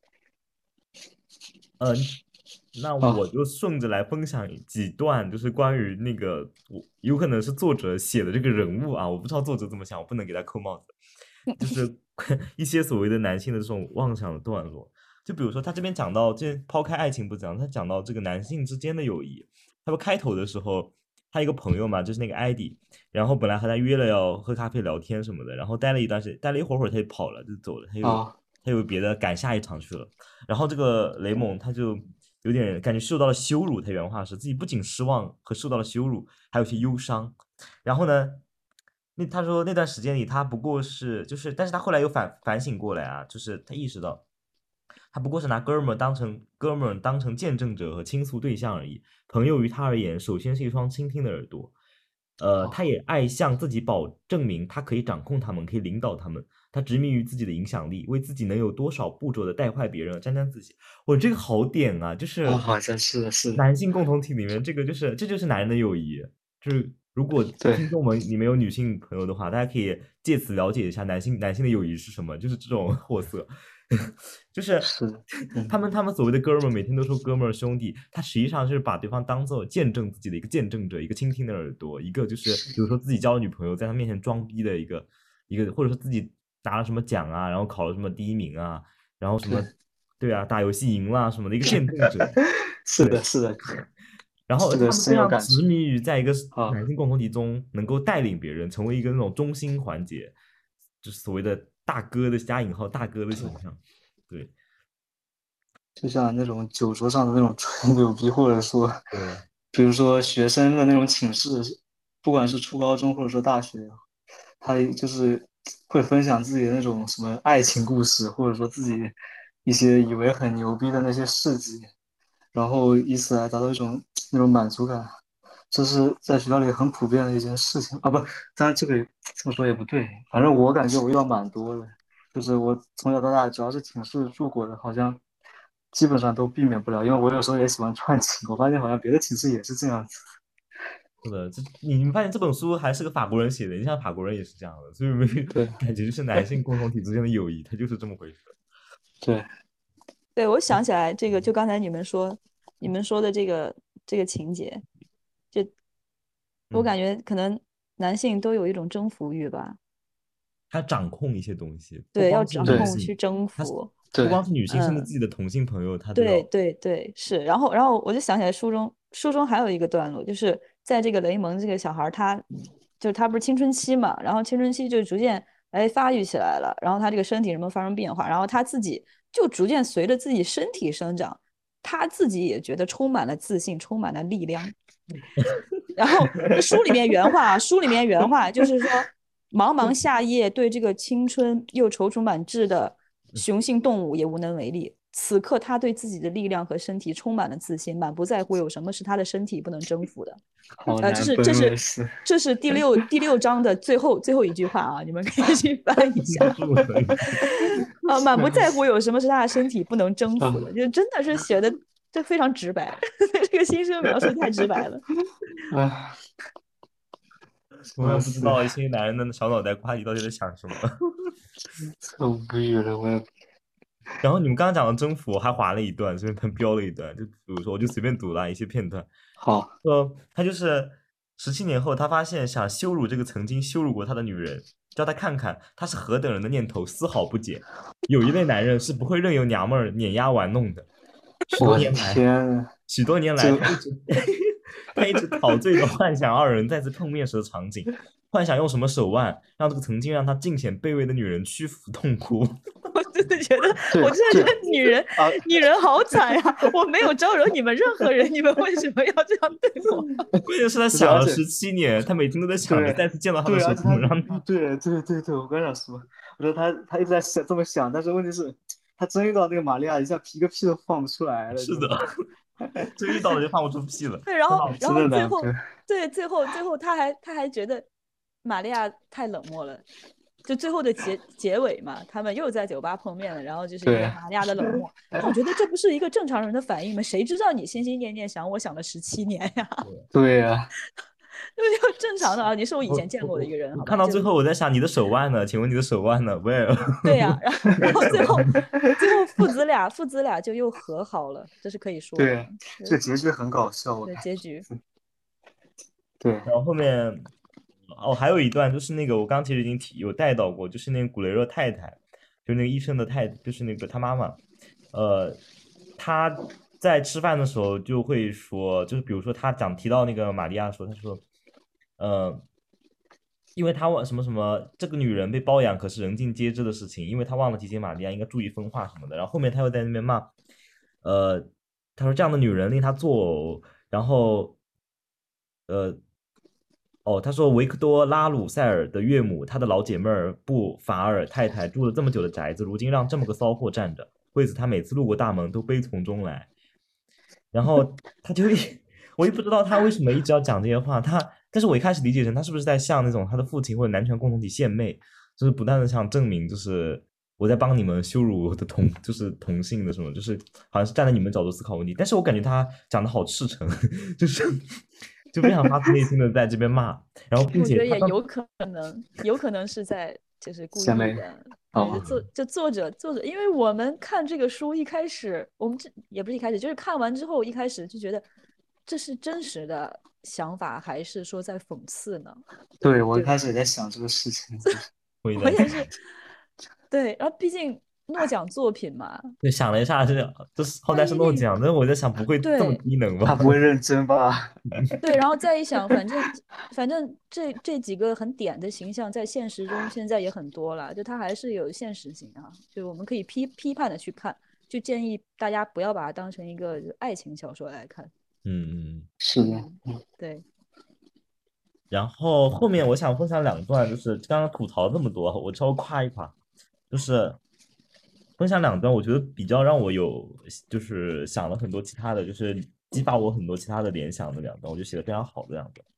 呃，那好， 我就顺着来分享几段，就是关于那个我有可能是作者写的这个人物啊，我不知道作者怎么想，我不能给他扣帽子。就是一些所谓的男性的这种妄想的段落，就比如说他这边讲到，这抛开爱情不讲，他讲到这个男性之间的友谊。他不开头的时候，他一个朋友嘛，就是那个艾迪，然后本来和他约了要喝咖啡聊天什么的，然后待了一段时间，待了一会儿会儿他就跑了，就走了，他又啊， 他有别的赶下一场去了。然后这个雷蒙他就有点感觉受到了羞辱，他原话是自己不仅失望和受到了羞辱，还有些忧伤。然后呢， 那他说那段时间里，他不过是就是，但是他后来又反反省过来啊，就是他意识到，他不过是拿哥们儿当成哥们儿当成见证者和倾诉对象而已。朋友于他而言，首先是一双倾听的耳朵。呃，他也爱向自己保证明，他可以掌控他们，可以领导他们。他执迷于自己的影响力，为自己能有多少步骤的带坏别人沾沾自喜。我这个好点啊，就是哦，好像是的，是的， 男性共同体里面，这个就是这就是男人的友谊。就是如果对， 听众们里面有女性朋友的话，大家可以借此了解一下男性男性的友谊是什么，就是这种货色。就是是的，嗯他们他们所谓的哥们儿，每天都说哥们儿兄弟，他实际上就是把对方当做见证自己的一个见证者，一个倾听的耳朵，一个就是比如说自己交了女朋友，在他面前装逼的一个一个，或者说自己拿了什么奖啊，然后考了什么第一名啊，然后什么对啊，打游戏赢了什么的一个见证者。 是的，是的， 然后这个他们非常深有感触执迷于在一个啊。 男性共同体中能够带领别人，成为一个那种中心环节，就是所谓的大哥的加引号大哥的形象。对， 就像那种酒桌上的那种吹牛逼，或者说， 对， 比如说学生的那种寝室，不管是初高中或者说大学，他就是会分享自己的那种什么爱情故事，或者说自己一些以为很牛逼的那些事迹，然后以此来达到一种那种满足感。这是在学校里很普遍的一件事情啊，不，当然这个这么说也不对，反正我感觉我遇到蛮多的，就是我从小到大只要是寝室住过的，好像基本上都避免不了，因为我有时候也喜欢串寝，我发现好像别的寝室也是这样子。 是的，这你们发现这本书还是个法国人写的，你像法国人也是这样的，所以没对感觉就是男性共同体之间的友谊，它就是这么回事。 对， 对，我想起来这个，就刚才你们说你们说的这个这个情节，就我嗯， 感觉可能男性都有一种征服欲吧， 他掌控一些东西，不对，要光是掌对女性， 控去征他是服， 不对， 光是女性，甚至嗯， 自己的同性朋友，他都要。 对对对，是。然后然后我就想起来书中书中还有一个段落，就是在这个雷蒙这个小孩他就是他不是青春期嘛，然后青春期就逐渐哎发育起来了，然后他这个身体什么发生变化，然后他自己就逐渐随着自己身体生长，他自己也觉得充满了自信，充满了力量。然后书里面原话，书里面原话就是说，茫茫夏夜对这个青春又踌躇满志的雄性动物也无能为力。此刻他对自己的力量和身体充满了自信，满不在乎有什么是他的身体不能征服的。呃，这好难是这是奔是， 这是第六第六章的最后最后一句话啊，你们可以去翻一下。啊，满不在乎有什么是他的身体不能征服的，就真的是写的这非常直白，这个心声描述太直白了。 啊， 永远不知道一些男人的小脑袋瓜里到底在想什么。 太无语了，我也然后你们刚刚讲的征服，我还划了一段，随便标了一段，就比如说，我就随便读了一些片段。 好， 说他就是十七年后，他发现想羞辱这个曾经羞辱过他的女人，叫他看看他是何等人的念头丝毫不减。有一类男人是不会任由娘们儿碾压玩弄的。许多我的年来， 天啊， 许多年来， 这他一直他一直陶醉的幻想二人再次碰面时的场景，幻想用什么手腕让这个曾经让他尽显卑微的女人屈服痛哭。 我真的觉得， 对我真的觉得对女人啊， 女人好惨呀！我没有招惹你们任何人，你们为什么要这样对我？ 关键是他不是而且想了十七年，他每天都在想着对再次见到他的对， 时候而且他怎么让他。 对对对对，我刚想说，我觉得他他一直在想这么想，但是问题是，他真遇到那个玛利亚，一下一个屁都放不出来了， 是的， 就就遇到了就放不出屁了。 对，然后然真后最后的难分。 对最后最后他还他还觉得玛利亚太冷漠了。就最后的结结尾嘛，他们又在酒吧碰面了，然后就是因为对玛利亚的冷漠。那我觉得这不是一个正常人的反应吗？谁知道你心心念念想我想了十七年呀？ 对呀、 这就正常的啊！你是我以我前见过的一个人，好吧？就我看到最后，我在想你的手腕呢？请问你的手腕呢？喂， 对呀、然后然后最后最后父子俩父子俩就又和好了，这是可以说的。 对，这结局很搞笑，我对感结局。 对然后后面哦，还有一段就是那个我刚其实已经提有带到过，就是那个古雷热太太，就是那个医生的太，就是那个他妈妈，呃，他在吃饭的时候就会说，就是比如说他讲提到那个玛利亚说，他说，呃，因为他忘什么什么，这个女人被包养可是人尽皆知的事情，因为他忘了提醒玛利亚应该注意风化什么的。然后后面他又在那边骂，呃，他说这样的女人令他作呕，然后，呃， 哦，他说维克多·拉鲁塞尔的岳母，他的老姐妹儿布法尔太太住了这么久的宅子，如今让这么个骚货占着，为此他每次路过大门都悲从中来。然后他就一，我也不知道他为什么一直要讲这些话，他，但是我一开始理解成他是不是在向那种他的父亲或者男权共同体献媚，就是不断的想证明，就是我在帮你们羞辱我的同，就是同性的什么，就是好像是站在你们角度思考问题，但是我感觉他讲的好赤诚，就是就非常发自内心的在这边骂，然后并我觉得且他当也有可能，有可能是在就是故意下面的。 哦对，就作就作者作者，因为我们看这个书一开始，我们这也不是一开始，就是看完之后一开始就觉得这是真实的想法，还是说在讽刺呢？ 对，我一对开始也在想这个事情。 我也我也是， 在对，然后毕竟诺奖作品嘛， 就想了一下，这就是后来是他一定诺奖，但是我在想不会这么对低能吧？ 他不会认真吧？ 对，然后再一想，反正反正这这几个很点的形象在现实中现在也很多了，就它还是有现实性啊，就我们可以批批判的去看，就建议大家不要把它当成一个爱情小说来看。 嗯嗯。 是的， 对， 然后后面我想分享两段，就是刚刚吐槽这么多，我稍微夸一夸，就是分享两段，我觉得比较让我有就是想了很多其他的，就是激发我很多其他的联想的两段，我就写的非常好的两段。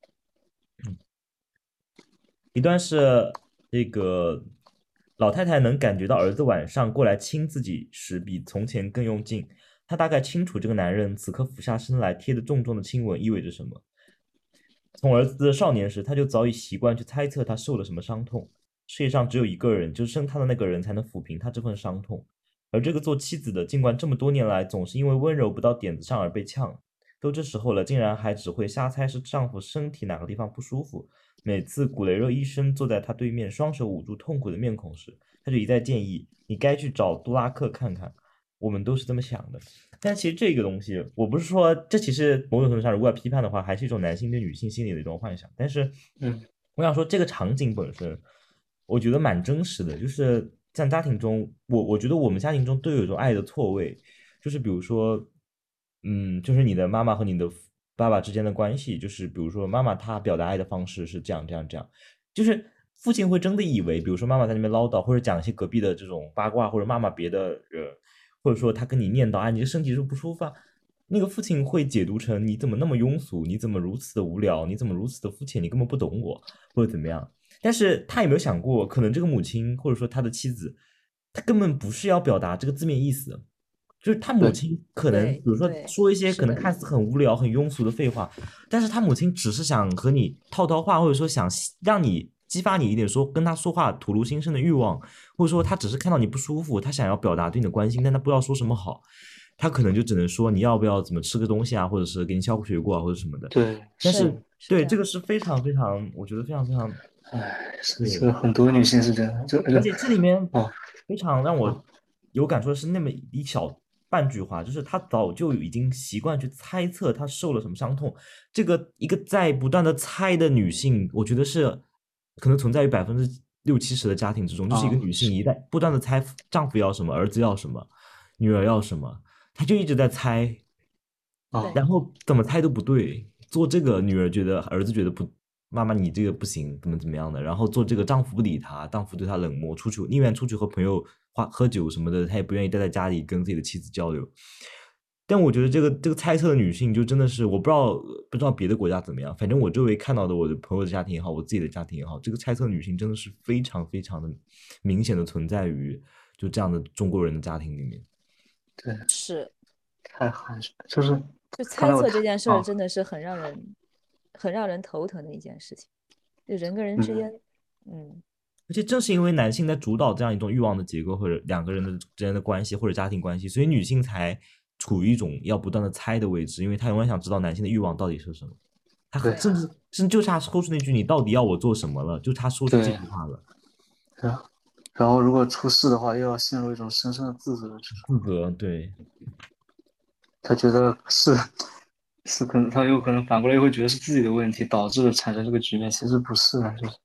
一段是这个老太太能感觉到儿子晚上过来亲自己时，比从前更用劲。她大概清楚这个男人此刻俯下身来贴着重重的亲吻意味着什么。从儿子的少年时，他就早已习惯去猜测他受了什么伤痛。世界上只有一个人，就是生他的那个人，才能抚平他这份伤痛。而这个做妻子的，尽管这么多年来总是因为温柔不到点子上而被呛，都这时候了，竟然还只会瞎猜是丈夫身体哪个地方不舒服。每次古雷热医生坐在他对面，双手捂住痛苦的面孔时，他就一再建议你该去找杜拉克看看。我们都是这么想的。但其实这个东西，我不是说这其实某种程度上，如果要批判的话，还是一种男性对女性心理的一种幻想。但是， 嗯， 我想说这个场景本身，我觉得蛮真实的。就是在家庭中，我我觉得我们家庭中都有一种爱的错位，就是比如说，嗯，就是你的妈妈和你的爸爸之间的关系，就是比如说妈妈她表达爱的方式是这样这样这样，就是父亲会真的以为，比如说妈妈在那边唠叨，或者讲一些隔壁的这种八卦，或者骂骂别的人。或者说他跟你念叨啊，你的身体是不舒服啊，那个父亲会解读成你怎么那么庸俗，你怎么如此的无聊，你怎么如此的肤浅，你根本不懂我，或者怎么样。但是他有没有想过，可能这个母亲或者说他的妻子，他根本不是要表达这个字面意思，就是他母亲可能对比如说对说一些是的可能看似很无聊、很庸俗的废话，但是他母亲只是想和你套套话，或者说想让你激发你一点说跟他说话吐露心声的欲望，或者说他只是看到你不舒服，他想要表达对你的关心，但他不知道说什么好，他可能就只能说你要不要怎么吃个东西啊，或者是给你削个水果啊，或者什么的。 对， 但是对是这样这个是非常非常，我觉得非常非常， 唉，是对是很多女性是这样，就而且这里面哦非常让我有感触的是那么一小半句话，就是他早就已经习惯去猜测他受了什么伤痛。这个一个在不断的猜的女性，我觉得是可能存在于百分之六七十的家庭之中，就是一个啊女性一旦不断的猜丈夫要什么，儿子要什么，女儿要什么，她就一直在猜， 啊然后怎么猜都不对。做这个女儿觉得儿子觉得不，妈妈你这个不行，怎么怎么样的。然后做这个丈夫不理她，丈夫对她冷漠，出去宁愿出去和朋友花喝酒什么的，他也不愿意待在家里跟自己的妻子交流。但我觉得这个这个猜测的女性就真的是我不知道不知道别的国家怎么样，反正我周围看到的我的朋友的家庭也好，我自己的家庭也好，这个猜测女性真的是非常非常的明显的存在于就这样的中国人的家庭里面。 对， 是太寒碜，就是就猜刚才我谈测这件事啊儿真的是很让人很让人头疼的一件事情，就人跟人之嗯间，嗯， 而且正是因为男性在主导这样一种欲望的结构，或者两个人的之间的关系，或者家庭关系，所以女性才处于一种要不断的猜的位置，因为她永远想知道男性的欲望到底是什么。她对甚至甚至就差说出那句“你到底要我做什么了”，就差说出这对句话了。 然后然后如果出事的话，又要陷入一种深深的自责之中。 自责，对， 他觉得是是可能，他有可能反过来又会觉得是自己的问题导致了产生这个局面，其实不是啊，就是，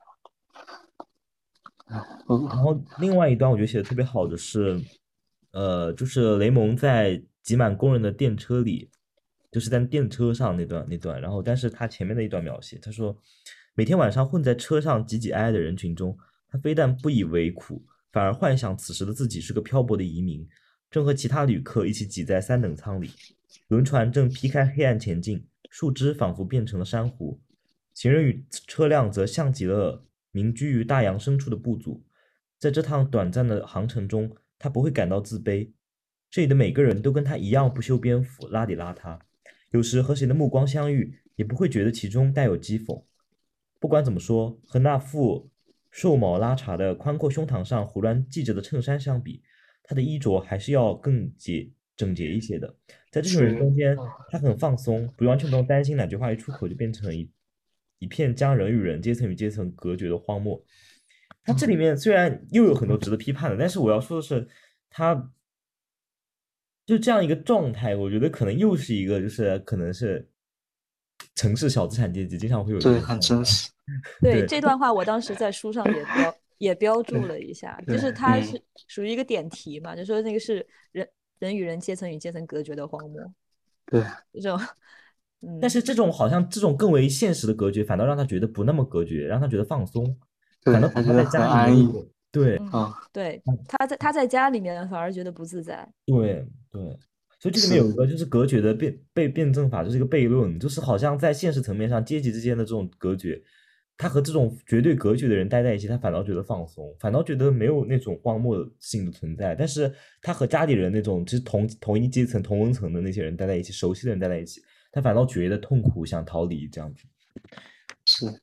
唉我然后另外一段我觉得写的特别好的是，呃，就是雷蒙在挤满工人的电车里，就是在电车上那段那段，然后但是他前面的一段描写，他说每天晚上混在车上挤挤挨挨的人群中，他非但不以为苦，反而幻想此时的自己是个漂泊的移民，正和其他旅客一起挤在三等舱里。轮船正劈开黑暗前进，树枝仿佛变成了珊瑚，行人与车辆则像极了民居于大洋深处的部族。在这趟短暂的航程中，他不会感到自卑。这里的每个人都跟他一样不修边幅，邋里邋遢，有时和谁的目光相遇，也不会觉得其中带有讥讽。不管怎么说，和那副瘦毛拉碴的宽阔胸膛上胡乱系着的衬衫相比，他的衣着还是要更洁整洁一些的。在这群人中间，他很放松，不完全不用担心哪句话一出口就变成一一片将人与人、阶层与阶层隔绝的荒漠。他这里面虽然又有很多值得批判的，但是我要说的是，他就这样一个状态，我觉得可能又是一个，就是可能是城市小资产阶级经常会有的。 对，很真实。 对，这段话我当时在书上也标也标注了一下，就是它是属于一个点题嘛，就说那个是人人与人、阶层与阶层隔绝的荒漠。 对， 这种。嗯， 但是这种好像这种更为现实的隔绝，反倒让他觉得不那么隔绝，让他觉得放松，反倒他觉得很安逸。 对， 嗯，对，他在他在家里面反而觉得不自在。 对对，所以这里面有一个就是隔绝的辩被辩证法，就是一个悖论，就是好像在现实层面上阶级之间的这种隔绝，他和这种绝对隔绝的人待在一起，他反倒觉得放松，反倒觉得没有那种荒漠性的存在。但是他和家里人那种就是同同一阶层同温层的那些人待在一起，熟悉的人待在一起，他反倒觉得痛苦，想逃离这样子。 是，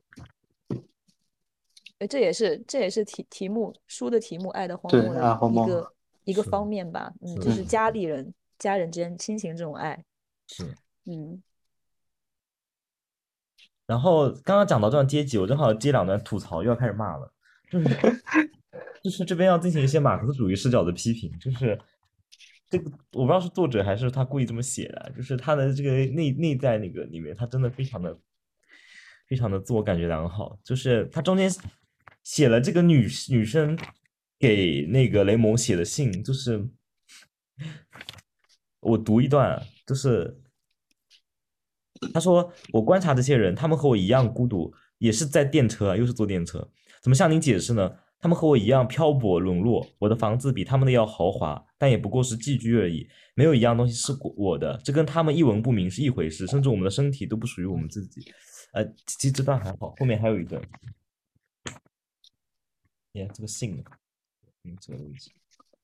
这也是这也是题题目书的题目《爱的荒漠》的一个一个方面吧。嗯，就是家里人、家人之间亲情这种爱。 是， 嗯。 然后刚刚讲到这段阶级，我正好接两段吐槽，又要开始骂了，就是就是这边要进行一些马克思主义视角的批评，就是这个我不知道是作者还是他故意这么写的，就是他的这个内内在那个里面，他真的非常的非常的自我感觉良好，就是他中间写了这个女女生给那个雷蒙写的信，就是我读一段，就是他说，我观察这些人，他们和我一样孤独，也是在电车，又是坐电车，怎么向您解释呢？他们和我一样漂泊沦落，我的房子比他们的要豪华，但也不过是寄居而已，没有一样东西是我的，这跟他们一文不名是一回事，甚至我们的身体都不属于我们自己。呃，其实这段还好，后面还有一段，耶，这个信，嗯，这个位置。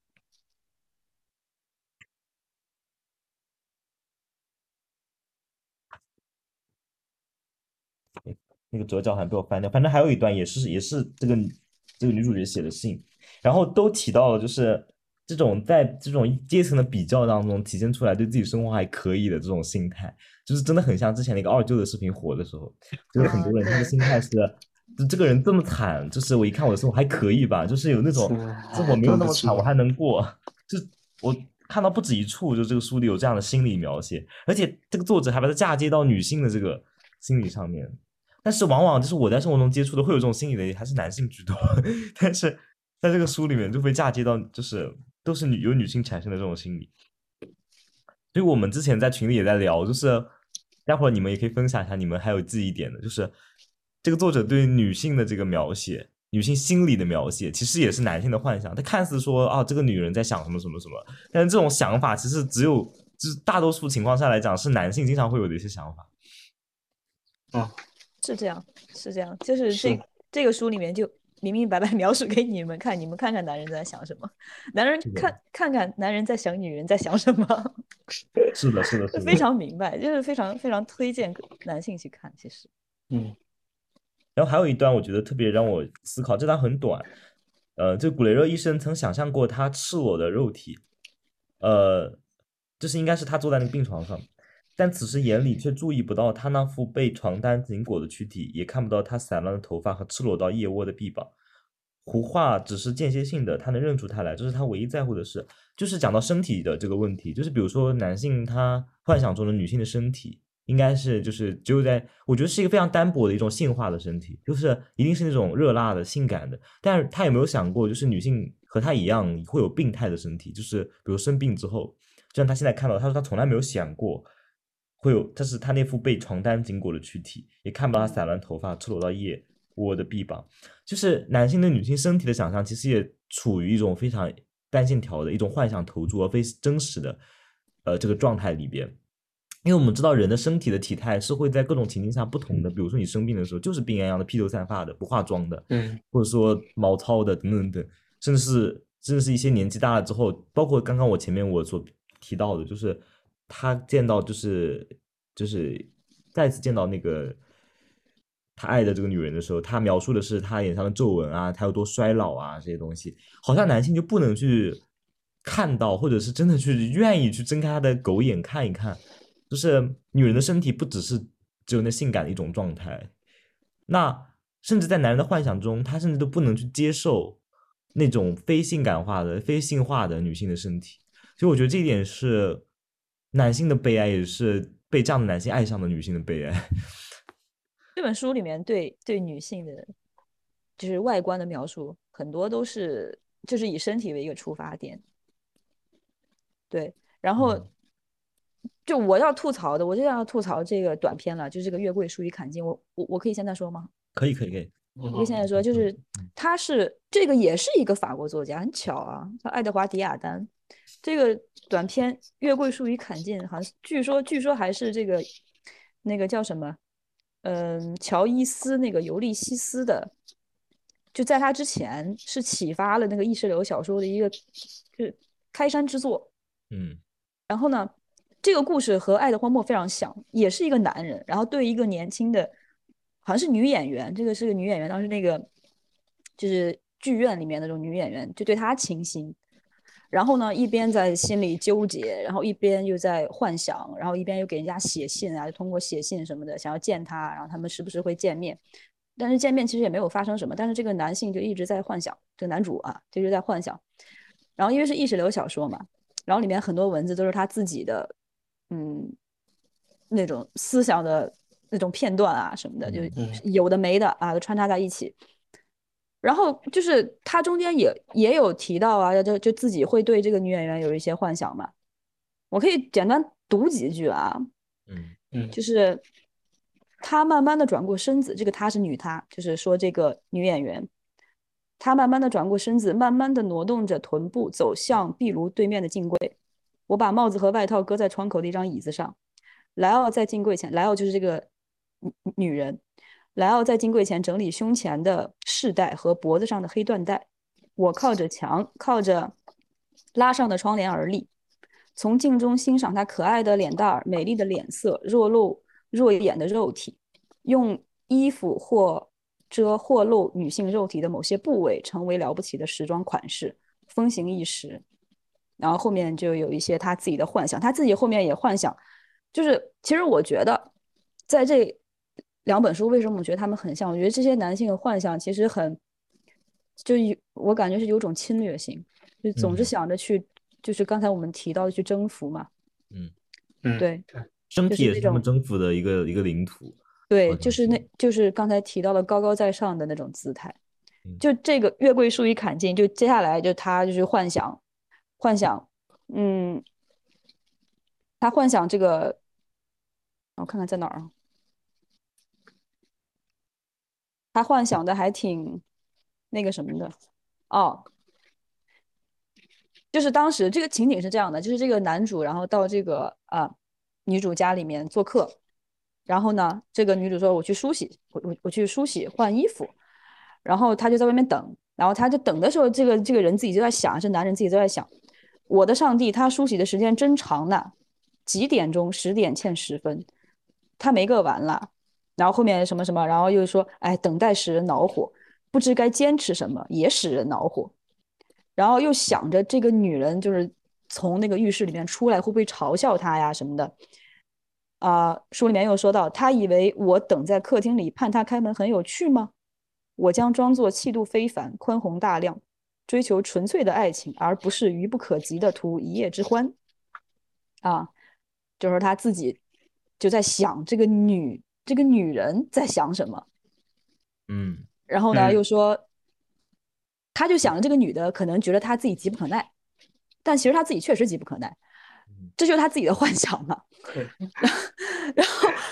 那个折角好像被我翻掉，反正还有一段也是也是这个这个女主角写的信，然后都提到了就是这种在这种阶层的比较当中体现出来对自己生活还可以的这种心态，就是真的很像之前那个二舅的视频火的时候，就是很多人他的心态是，就这个人这么惨，就是我一看我的生活还可以吧，就是有那种生活没有那么惨，我还能过，就是我看到不止一处，就这个书里有这样的心理描写，而且这个作者还把它嫁接到女性的这个心理上面。但是往往就是我在生活中接触的会有这种心理的还是男性居多，但是在这个书里面就被嫁接到就是都是女由女性产生的这种心理。所以我们之前在群里也在聊，就是待会儿你们也可以分享一下你们还有记忆点的，就是这个作者对女性的这个描写，女性心理的描写其实也是男性的幻想，他看似说啊这个女人在想什么什么什么，但是这种想法其实只有就是大多数情况下来讲是男性经常会有的一些想法。 嗯， 是这样，是这样，就是这这个书里面就明明白白描述给你们看，你们看看男人在想什么，男人看看看男人在想女人在想什么。 是的，是的，是的， 非常明白，就是非常非常推荐男性去看。其实， 嗯， 然后还有一段我觉得特别让我思考，这段很短，呃，就古雷热医生曾想象过他赤裸的肉体，呃，这是应该是他坐在那个病床上。但此时眼里却注意不到他那副被床单紧裹的躯体，也看不到他散乱的头发和赤裸到腋窝的臂膀。胡话只是间歇性的，他能认出他来，这是他唯一在乎的事。就是讲到身体的这个问题，就是比如说男性他幻想中的女性的身体，应该是就是只有在，我觉得是一个非常单薄的一种性化的身体，就是一定是那种热辣的、性感的。但是他有没有想过，就是女性和他一样会有病态的身体，就是比如生病之后，就像他现在看到，他说他从来没有想过。 会有，这是他那副被床单经过的躯体，也看不到他散乱头发赤裸到腋窝的臂膀。就是男性对女性身体的想象，其实也处于一种非常单线条的一种幻想投注而非真实的呃这个状态里边。因为我们知道人的身体的体态是会在各种情境下不同的，比如说你生病的时候就是病怏怏的、披头散发的、不化妆的， 对， 或者说毛糙的等等等，甚至是甚至是一些年纪大了之后，包括刚刚我前面我所提到的，就是他见到就是就是再次见到那个他爱的这个女人的时候，他描述的是他脸上的皱纹啊，他有多衰老啊这些东西，好像男性就不能去看到，或者是真的去愿意去睁开他的狗眼看一看。就是女人的身体不只是只有那性感的一种状态，那甚至在男人的幻想中，他甚至都不能去接受那种非性感化的、非性化的女性的身体。所以我觉得这一点是男性的悲哀，也是被这样的男性爱上的女性的悲哀。 这本书里面对对女性的，就是外观的描述，很多都是就是以身体为一个出发点。对，然后。嗯就我要吐槽的，我就要吐槽这个短片了，就是这个月桂疏于坎境。我我我可以现在说吗？ 可以可以可以。 我可以现在说，就是他是这个也是一个法国作家，很巧啊，叫爱德华·迪亚丹。这个短片《月桂疏于坎境》，好像据说据说还是这个那个叫什么，嗯，乔伊斯那个《尤利西斯》的，就在他之前是启发了那个意识流小说的一个就是开山之作。 嗯， 然后呢？这个故事和《爱的荒漠》非常像，也是一个男人，然后对一个年轻的，好像是女演员，这个是个女演员，当时那个就是剧院里面那种女演员，就对他倾心，然后呢，一边在心里纠结，然后一边又在幻想，然后一边又给人家写信啊，就通过写信什么的想要见他，然后他们时不时会见面，但是见面其实也没有发生什么，但是这个男性就一直在幻想，这个男主啊就一直在幻想，然后因为是意识流小说嘛，然后里面很多文字都是他自己的。嗯，那种思想的那种片段啊什么的，就有的没的啊，都穿插在一起。然后就是他中间也也有提到啊，就就自己会对这个女演员有一些幻想嘛。我可以简单读几句啊， 嗯嗯， 就是他慢慢的转过身子，这个他是女他，就是说这个女演员，她慢慢的转过身子，慢慢的挪动着臀部走向壁炉对面的镜柜。我把帽子和外套搁在窗口的一张椅子上，莱奥在镜柜前，莱奥就是这个女人，莱奥在镜柜前整理胸前的饰带和脖子上的黑缎带。我靠着墙，靠着拉上的窗帘而立，从镜中欣赏她可爱的脸蛋儿、美丽的脸色、若露若眼的肉体，用衣服或遮或露女性肉体的某些部位，成为了不起的时装款式，风行一时。然后后面就有一些他自己的幻想，他自己后面也幻想，就是其实我觉得，在这两本书为什么我觉得他们很像？我觉得这些男性的幻想其实很，就我感觉是有种侵略性，就总是想着去，嗯、就是刚才我们提到的去征服嘛。 嗯嗯， 对， 身体也是他们征服的一个一个领土。 对，就是那就是刚才提到的高高在上的那种姿态。 嗯、 就这个月桂疏于坎境，就接下来就他就是幻想。幻想，嗯，他幻想这个，我看看在哪儿啊？他幻想的还挺那个什么的，哦，就是当时这个情景是这样的，就是这个男主然后到这个啊女主家里面做客，然后呢，这个女主说我去梳洗，我我我去梳洗换衣服，然后他就在外面等，然后他就等的时候，这个这个人自己就在想，这男人自己就在想。我的上帝，他梳洗的时间真长呢，几点钟？十点欠十分，他没个完了。然后后面什么什么，然后又说，哎，等待使人恼火，不知该坚持什么，也使人恼火。然后又想着这个女人就是从那个浴室里面出来，会不会嘲笑他呀什么的？啊、呃，书里面又说到，他以为我等在客厅里盼他开门很有趣吗？我将装作气度非凡，宽宏大量。追求纯粹的爱情，而不是愚不可及的图一夜之欢啊！就是他自己就在想这个女这个女人在想什么， 嗯， 然后呢、嗯、又说，他就想着这个女的可能觉得他自己急不可耐，但其实他自己确实急不可耐，这就是他自己的幻想嘛。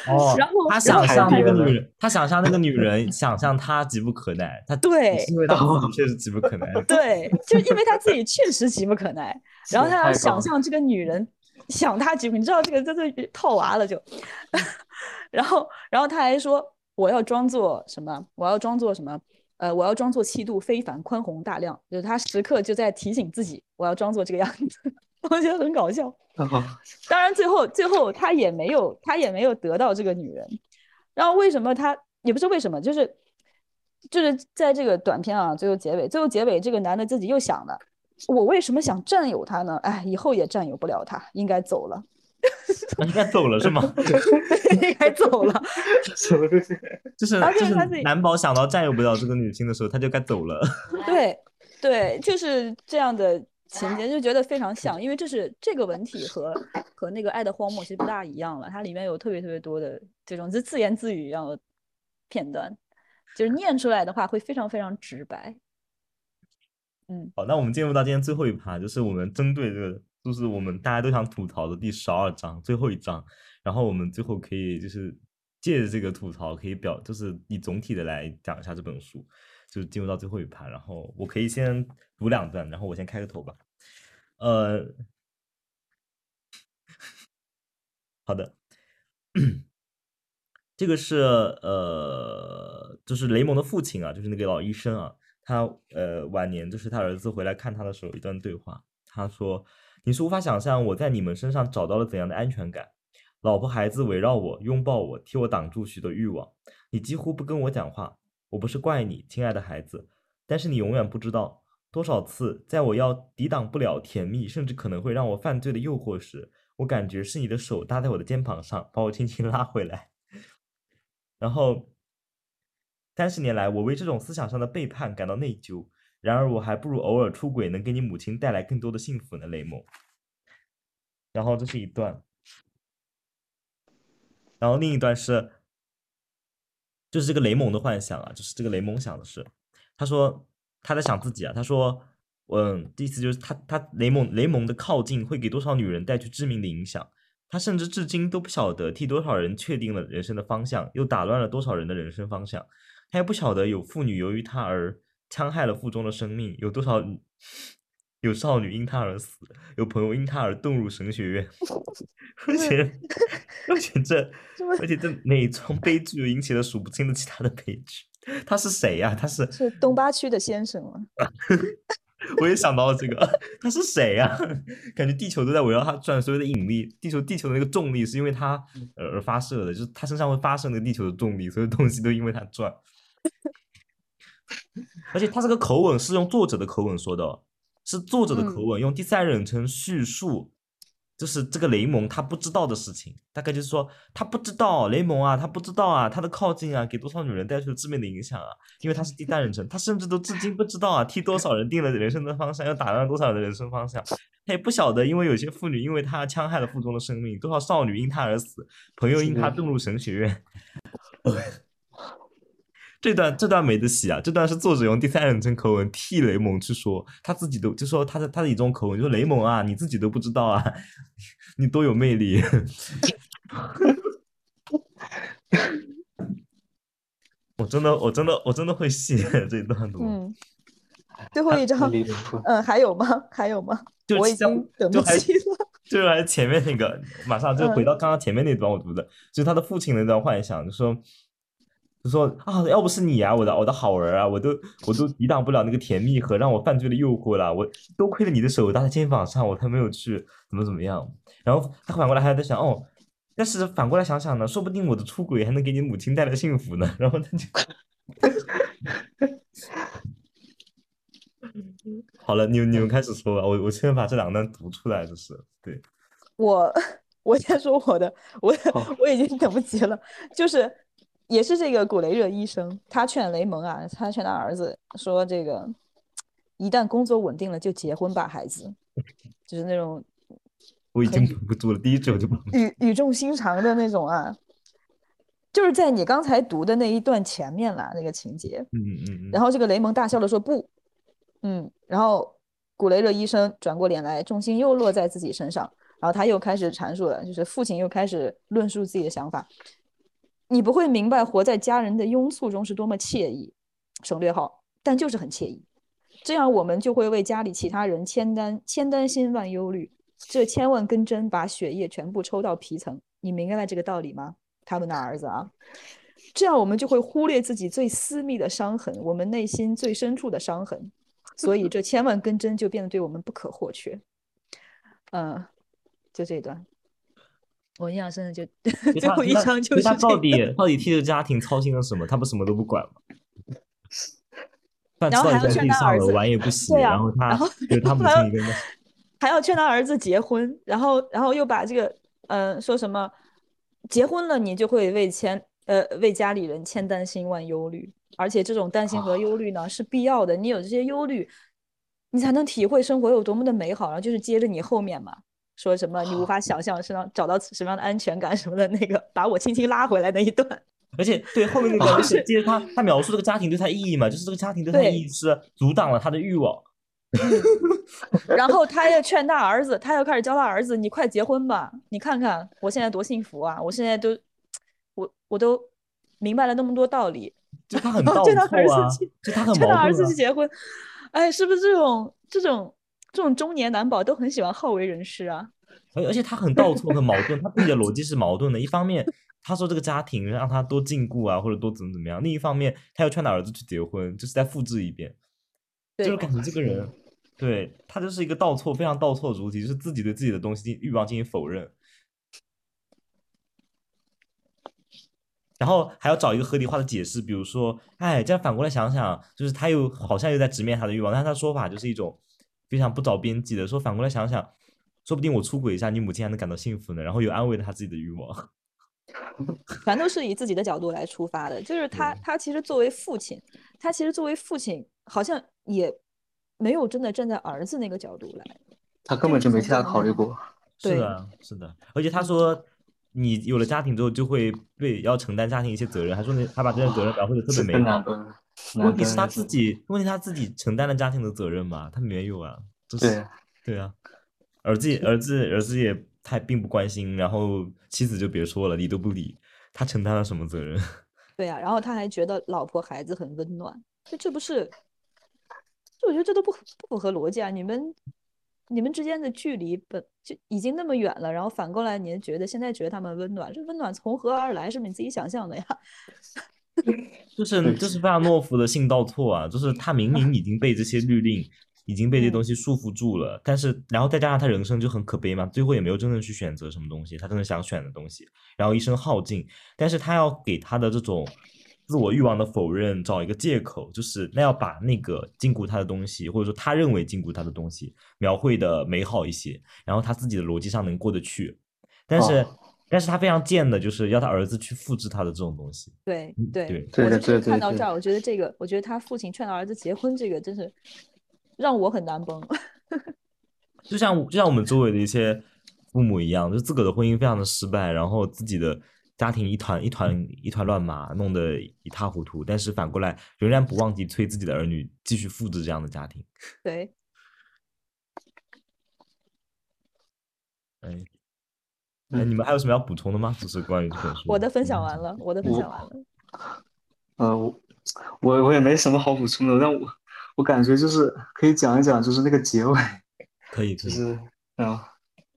哦， 然后他然后想象那太低了个女人，他想象那个女人，想象他急不可耐，他对是因为他自己确实急不可耐。 对，就是因为他自己确实急不可耐，然后他要太高了想象这个女人想他急不，你知道这个这这套娃了就，然后然后他还说我要装作什么，我要装作什么，呃，我要装作气度非凡、宽宏大量，就是他时刻就在提醒自己，我要装作这个样子，我觉得很搞笑。 哦当然最后最后他也没有他也没有得到这个女人，然后为什么他也不是为什么，就是就是在这个短片啊，最后结尾，最后结尾这个男的自己又想了，我为什么想占有他呢？哎，以后也占有不了他，应该走了， 应该走了是吗？ 应该走了。 什么东西？ 就是然后就就是他自己男宝想到占有不了这个女性的时候，他就该走了。 对对，就是这样的情节，就觉得非常像，因为这是这个文体和和那个《爱的荒漠》其实不大一样了，它里面有特别特别多的这种就自言自语一样的片段，就是念出来的话会非常非常直白。嗯， 好，那我们进入到今天最后一趴，就是我们针对这个，就是我们大家都想吐槽的第十二章最后一章，然后我们最后可以就是借着这个吐槽，可以表就是以总体的来讲一下这本书，就进入到最后一趴。然后我可以先读两段，然后我先开个头吧。呃，好的，这个是呃，就是雷蒙的父亲啊，就是那个老医生啊，他呃晚年就是他儿子回来看他的时候，一段对话，他说：“你是无法想象我在你们身上找到了怎样的安全感。老婆孩子围绕我，拥抱我，替我挡住许多欲望。你几乎不跟我讲话。我不是怪你，亲爱的孩子，但是你永远不知道，多少次在我要抵挡不了甜蜜，甚至可能会让我犯罪的诱惑时，我感觉是你的手搭在我的肩膀上，把我轻轻拉回来。然后，三十年来，我为这种思想上的背叛感到内疚。然而，我还不如偶尔出轨能给你母亲带来更多的幸福呢，雷蒙。”然后这是一段，然后另一段是，就是这个雷蒙的幻想啊，就是这个雷蒙想的是，他说他在想自己啊，他说，嗯，意思就是他他雷蒙雷蒙的靠近会给多少女人带去致命的影响。他甚至至今都不晓得替多少人确定了人生的方向，又打乱了多少人的人生方向。他也不晓得有妇女由于他而戕害了腹中的生命，有多少有少女因他而死，有朋友因他而遁入神学院。而且，而且这，而且这每一桩悲剧又引起了数不清的其他的悲剧。他是谁呀、啊？他是是东八区的先生吗？ 我也想到了这个，他是谁呀、啊？感觉地球都在围绕他转，所有的引力，地球地球的那个重力是因为他而发射的，就是他身上会发射那个地球的重力，所有东西都因为他转。而且他这个口吻是用作者的口吻说的、哦，是作者的口吻，用第三人称叙述，就是这个雷蒙他不知道的事情，大概就是说他不知道雷蒙啊，他不知道啊，他的靠近啊，给多少女人带去了致命的影响啊，因为他是第三人称，他甚至都至今不知道啊，替多少人定了人生的方向，又打乱了多少人的人生方向，他也不晓得，因为有些妇女因为他戕害了腹中的生命，多少少女因他而死，朋友因他遁入神学院。这段这段没得洗啊！这段是作者用第三人称口吻替雷蒙去说，他自己都就说他的他的一种口吻，就说雷蒙啊，你自己都不知道啊，你多有魅力。我真的我真的我真的会写这一段的。 嗯，最后一章，嗯，还有吗？还有吗？ 就我已经等不及了。 就是还是前面那个，马上就回到刚刚前面那段我读的，嗯、就是他的父亲那段幻想，就说。就说啊，要不是你啊，我的我的好儿啊，我都我都抵挡不了那个甜蜜和让我犯罪的诱惑了。我多亏了你的手搭在肩膀上，我才没有去怎么怎么样。然后他反过来还在想，哦，但是反过来想想呢，说不定我的出轨还能给你母亲带来幸福呢。然后他就好了，你你们开始说吧，我我先把这两段读出来，就是对。 我我先说我的，我我已经等不及了，就是。也是这个古雷热医生，他劝雷蒙啊，他劝他儿子说：“这个一旦工作稳定了，就结婚吧，孩子。”就是那种我已经绷不住了，第一句我就绷不住， 语语重心长的那种啊，就是在你刚才读的那一段前面啦，那个情节。 嗯嗯嗯。 然后这个雷蒙大笑的说：“不，嗯。”然后古雷热医生转过脸来，重心又落在自己身上，然后他又开始阐述了，就是父亲又开始论述自己的想法。 你不会明白活在家人的拥簇中是多么惬意，省略号，但就是很惬意。这样我们就会为家里其他人千担千担心万忧虑，这千万根针把血液全部抽到皮层，你明白这个道理吗？他们的儿子啊，这样我们就会忽略自己最私密的伤痕，我们内心最深处的伤痕，所以这千万根针就变得对我们不可或缺。嗯、呃，就这一段。我印象深的就最后一章就是他到底、 这个、 到底替这个家庭操心了什么？他不什么都不管吗？ 然后还要劝他儿子， 碗也不洗， 对啊， 然后他然后就是他母亲一个人， 还要劝他儿子结婚，然后然后又把这个嗯、呃、说什么结婚了你就会为千呃为家里人千担心万忧虑，而且这种担心和忧虑呢、哦、是必要的，你有这些忧虑，你才能体会生活有多么的美好。然后就是接着你后面嘛。说什么你无法想象身上找到什么样的安全感什么的，那个把我轻轻拉回来那一段， 而且对后面那段就是接着他他描述这个家庭对他意义嘛，就是这个家庭对他意义是阻挡了他的欲望， 然后他又劝他儿子，他又开始教他儿子，你快结婚吧，你看看我现在多幸福啊，我现在都我我都明白了那么多道理， 就他很倒错啊，就他很矛盾啊， 劝他儿子去结婚，哎，是不是这种这种这种中年男宝都很喜欢好为人师啊？ 而且他很倒错很矛盾，他自己的逻辑是矛盾的。一方面他说这个家庭让他多禁锢啊，或者多怎么怎么样；另一方面他又劝他儿子去结婚，就是在复制一遍。就是感觉这个人，对，他就是一个倒错非常倒错的主体，就是自己对自己的东西欲望进行否认，然后还要找一个合理化的解释，比如说，哎，这样反过来想想，就是他又好像又在直面他的欲望，但是他的说法就是一种非常不着边际的说，反过来想想，说不定我出轨一下，你母亲还能感到幸福呢，然后又安慰了他自己的欲望。 全都是以自己的角度来出发的，就是他，他其实作为父亲，他其实作为父亲，好像也没有真的站在儿子那个角度来， 他根本就没替他考虑过。 是的，是的，而且他说，你有了家庭之后就会被要承担家庭一些责任，还说那他把这些责任描绘的特别美好。问题是他自己，问题他自己承担了家庭的责任嘛？他没有啊，就是对对啊，儿子儿子儿子也他并不关心，然后妻子就别说了，理都不理，他承担了什么责任？ 对啊，然后他还觉得老婆孩子很温暖，这这不是，我觉得这都不不符合逻辑啊！你们你们之间的距离本就已经那么远了，然后反过来你觉得现在觉得他们温暖，这温暖从何而来？是不是你自己想象的呀？ 就是就是非常懦夫的性倒错啊！就是他明明已经被这些律令。已经被这些东西束缚住了，嗯、但是然后再加上他人生就很可悲嘛，最后也没有真正去选择什么东西，他真的想选的东西，然后一生耗尽，但是他要给他的这种自我欲望的否认找一个借口，就是那要把那个禁锢他的东西，或者说他认为禁锢他的东西描绘的美好一些，然后他自己的逻辑上能过得去，但是、哦、但是他非常贱的就是要他儿子去复制他的这种东西。 对对对对，我就是看到这儿，我觉得这个，我觉得他父亲劝他儿子结婚，这个真是。让我很难崩， 就像就像我们周围的一些父母一样，就自个的婚姻非常的失败，然后自己的家庭一团一团一团乱麻，弄得一塌糊涂，但是反过来仍然不忘记催自己的儿女继续复制这样的家庭。 对， 哎，哎，你们还有什么要补充的吗？就是关于这本书。 我的分享完了，我的分享完了。 呃，我我我也没什么好补充的，但我。我感觉就是可以讲一讲，就是那个结尾， 可以， 就是啊，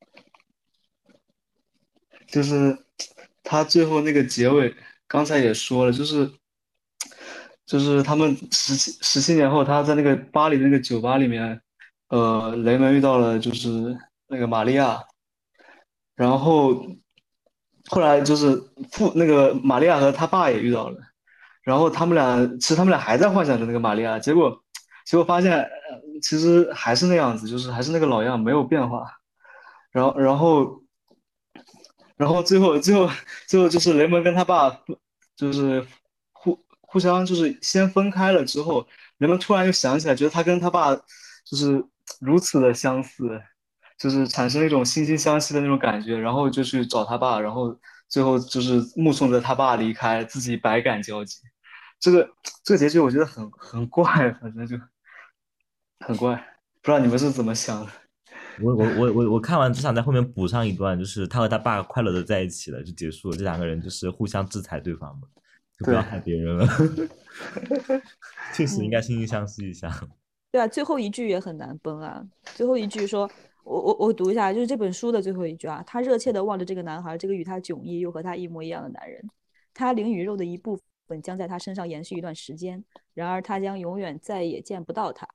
就是他最后那个结尾，刚才也说了，就是就是他们十七十七年后，他在那个巴黎那个酒吧里面，呃，雷蒙遇到了就是那个玛利亚，然后后来就是父那个玛利亚和他爸也遇到了，然后他们俩其实他们俩还在幻想着那个玛利亚，结果。结果发现，其实还是那样子，就是还是那个老样，没有变化。然后，然后，然后最后，最后，最后就是雷蒙跟他爸，就是互互相就是先分开了之后，雷蒙突然又想起来，觉得他跟他爸就是如此的相似，就是产生一种惺惺相惜的那种感觉，然后就去找他爸，然后最后就是目送着他爸离开，自己百感交集。这个这个结局我觉得很很怪，反正就。很怪，不知道你们是怎么想的。 我我我我我看完只想在后面补上一段，就是他和他爸快乐的在一起了，就结束了。这两个人就是互相制裁对方嘛，就不要害别人了。确实应该惺惺相惜一下。 对啊，最后一句也很难崩啊。最后一句说，我我我读一下，就是这本书的最后一句啊。他热切地望着这个男孩，这个与他迥异又和他一模一样的男人。他灵与肉的一部分将在他身上延续一段时间，然而他将永远再也见不到他。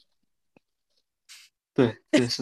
对对是。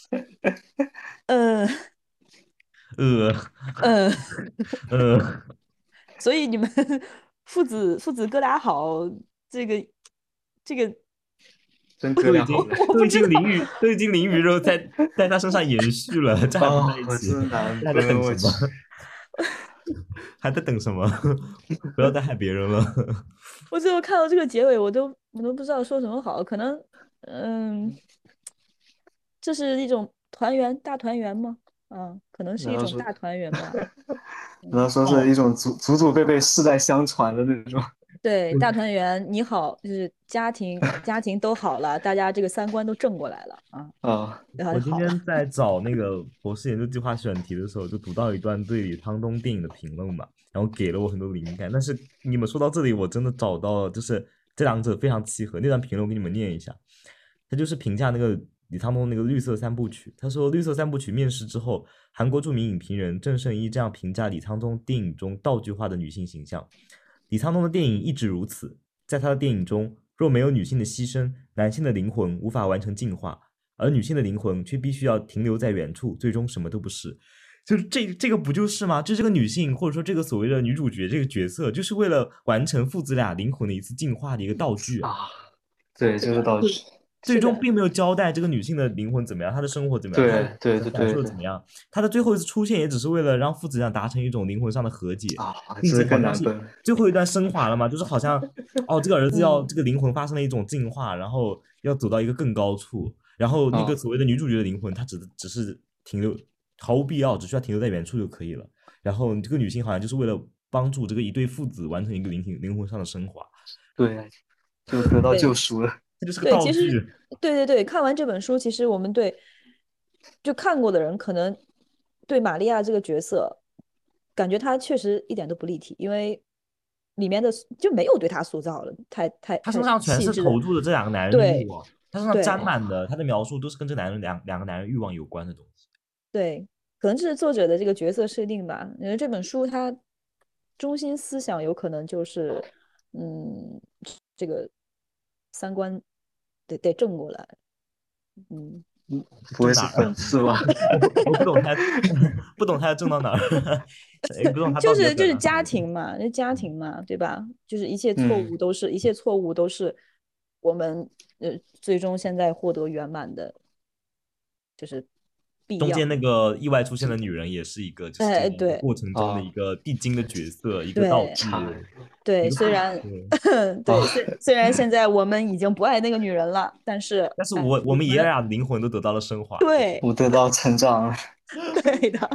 呃呃呃呃， 所以你们父子父子疙瘩好，这个这个真疙瘩都已经好的。 都已经淋雨都已经淋雨肉在在他身上延续了，这还不在一哦，我起， 真难还在等分，我什么？还在等什么？不要再害别人了。 我最后看到这个结尾，我都我都不知道说什么好。可能，嗯，这是一种团圆，大团圆吗？啊，可能是一种大团圆吧。 然后说是一种祖祖祖辈辈世代相传的那种。 对，大团圆，你好，就是家庭家庭都好了，大家这个三观都正过来了啊。 啊， 我今天在找那个博士研究计划选题的时候，就读到一段对李沧东电影的评论嘛，然后给了我很多灵感。但是你们说到这里，我真的找到了，就是这两者非常契合。那段评论我给你们念一下，他就是评价那个李沧东那个《绿色三部曲》。他说，《绿色三部曲》面世之后，韩国著名影评人郑胜一这样评价李沧东电影中道具化的女性形象：李沧东的电影一直如此，在他的电影中，若没有女性的牺牲，男性的灵魂无法完成进化。而女性的灵魂却必须要停留在原处，最终什么都不是。就是这这个不就是吗？就这个女性或者说这个所谓的女主角这个角色，就是为了完成父子俩灵魂的一次进化的一个道具啊。对，就是道具。 最终并没有交代这个女性的灵魂怎么样，她的生活怎么样， 对对对感受怎么样。她的最后一次出现也只是为了让父子俩达成一种灵魂上的和解啊， 并且更难分。 最后一段升华了嘛，就是好像哦，这个儿子要、嗯、这个灵魂发生了一种进化，然后要走到一个更高处。然后那个所谓的女主角的灵魂，她只只是停留，毫无必要，只需要停留在原处就可以了。然后这个女性好像就是为了帮助这个一对父子完成一个灵灵魂上的升华， 对，就得到救赎了。 这就是个道具。 对对对，看完这本书，其实我们对就看过的人，可能对玛利亚这个角色，感觉她确实一点都不立体，因为里面的就没有对她塑造了，太太。 她身上全是投注的这两个男人的欲望。他身上沾满的，他的描述都是跟这男人两两个男人欲望有关的东西。 对，可能这是作者的这个角色设定吧。因为这本书它中心思想有可能就是，嗯，这个三观得得正过来。嗯， 不会是讽刺吧？ 我不懂他，不懂他要正到哪儿。不懂他就是就是家庭嘛，就家庭嘛，对吧？就是一切错误都是、嗯、一切错误都是我们。呃，最终现在获得圆满的，就是必要。 中间那个意外出现的女人也是一个，就是这个过程中的一个必经的角色，一个道具。 对，虽然对，虽虽然现在我们已经不爱那个女人了，但是但是我我们爷俩的灵魂都得到了升华， 对， 我得到成长了。 对的。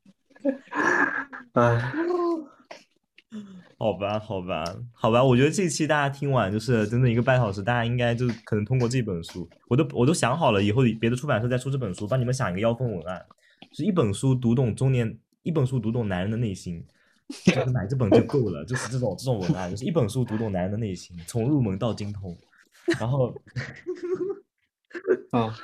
哎。 好吧，好吧，好吧，我觉得这期大家听完就是整整一个半小时，大家应该就可能通过这本书，我都我都想好了，以后别的出版社再出这本书，帮你们想一个腰封文案，就是一本书读懂中年，一本书读懂男人的内心，就是买这本就够了，就是这种这种文案，就是一本书读懂男人的内心，从入门到精通，然后， 哦，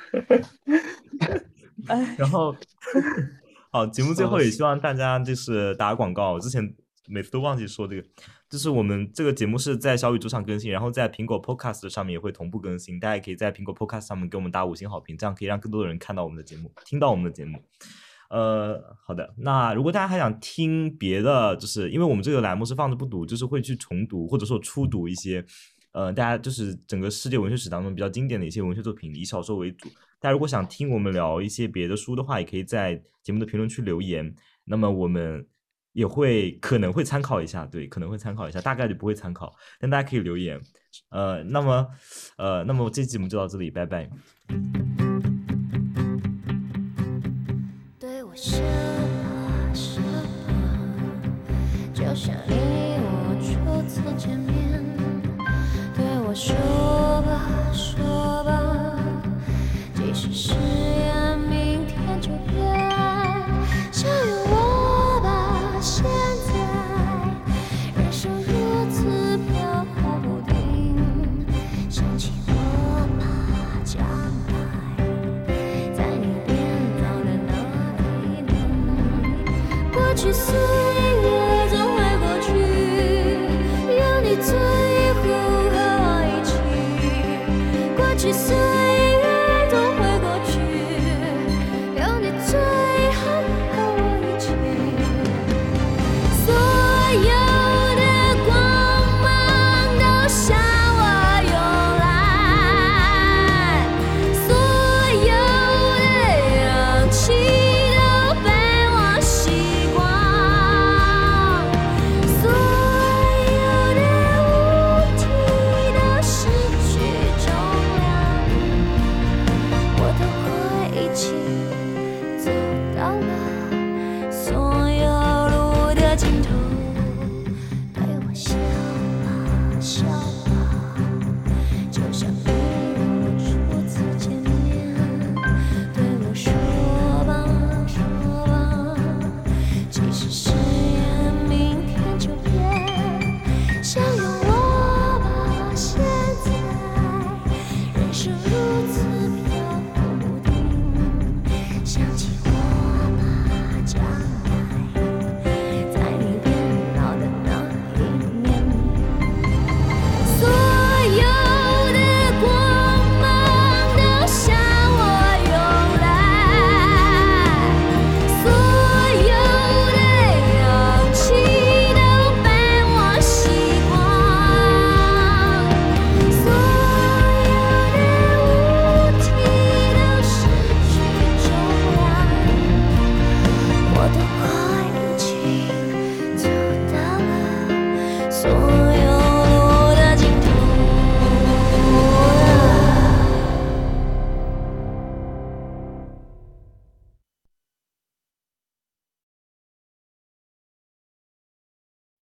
然后，好，节目最后也希望大家就是打广告，之前。每次都忘记说这个，就是我们这个节目是在小宇宙上更新，然后在苹果 Podcast 上面也会同步更新，大家也可以在苹果 Podcast 上面给我们打五星好评，这样可以让更多的人看到我们的节目，听到我们的节目。呃，好的，那如果大家还想听别的，就是因为我们这个栏目是放着不读，就是会去重读或者说初读一些，呃，大家就是整个世界文学史当中比较经典的一些文学作品，以小说为主。大家如果想听我们聊一些别的书的话，也可以在节目的评论区留言，那么我们也会可能会参考一下，对，可能会参考一下，大概率不会参考，但大家可以留言。呃，那么，呃，那么这期节目就到这里，拜拜。 对我什么什么，就像你我初次见面。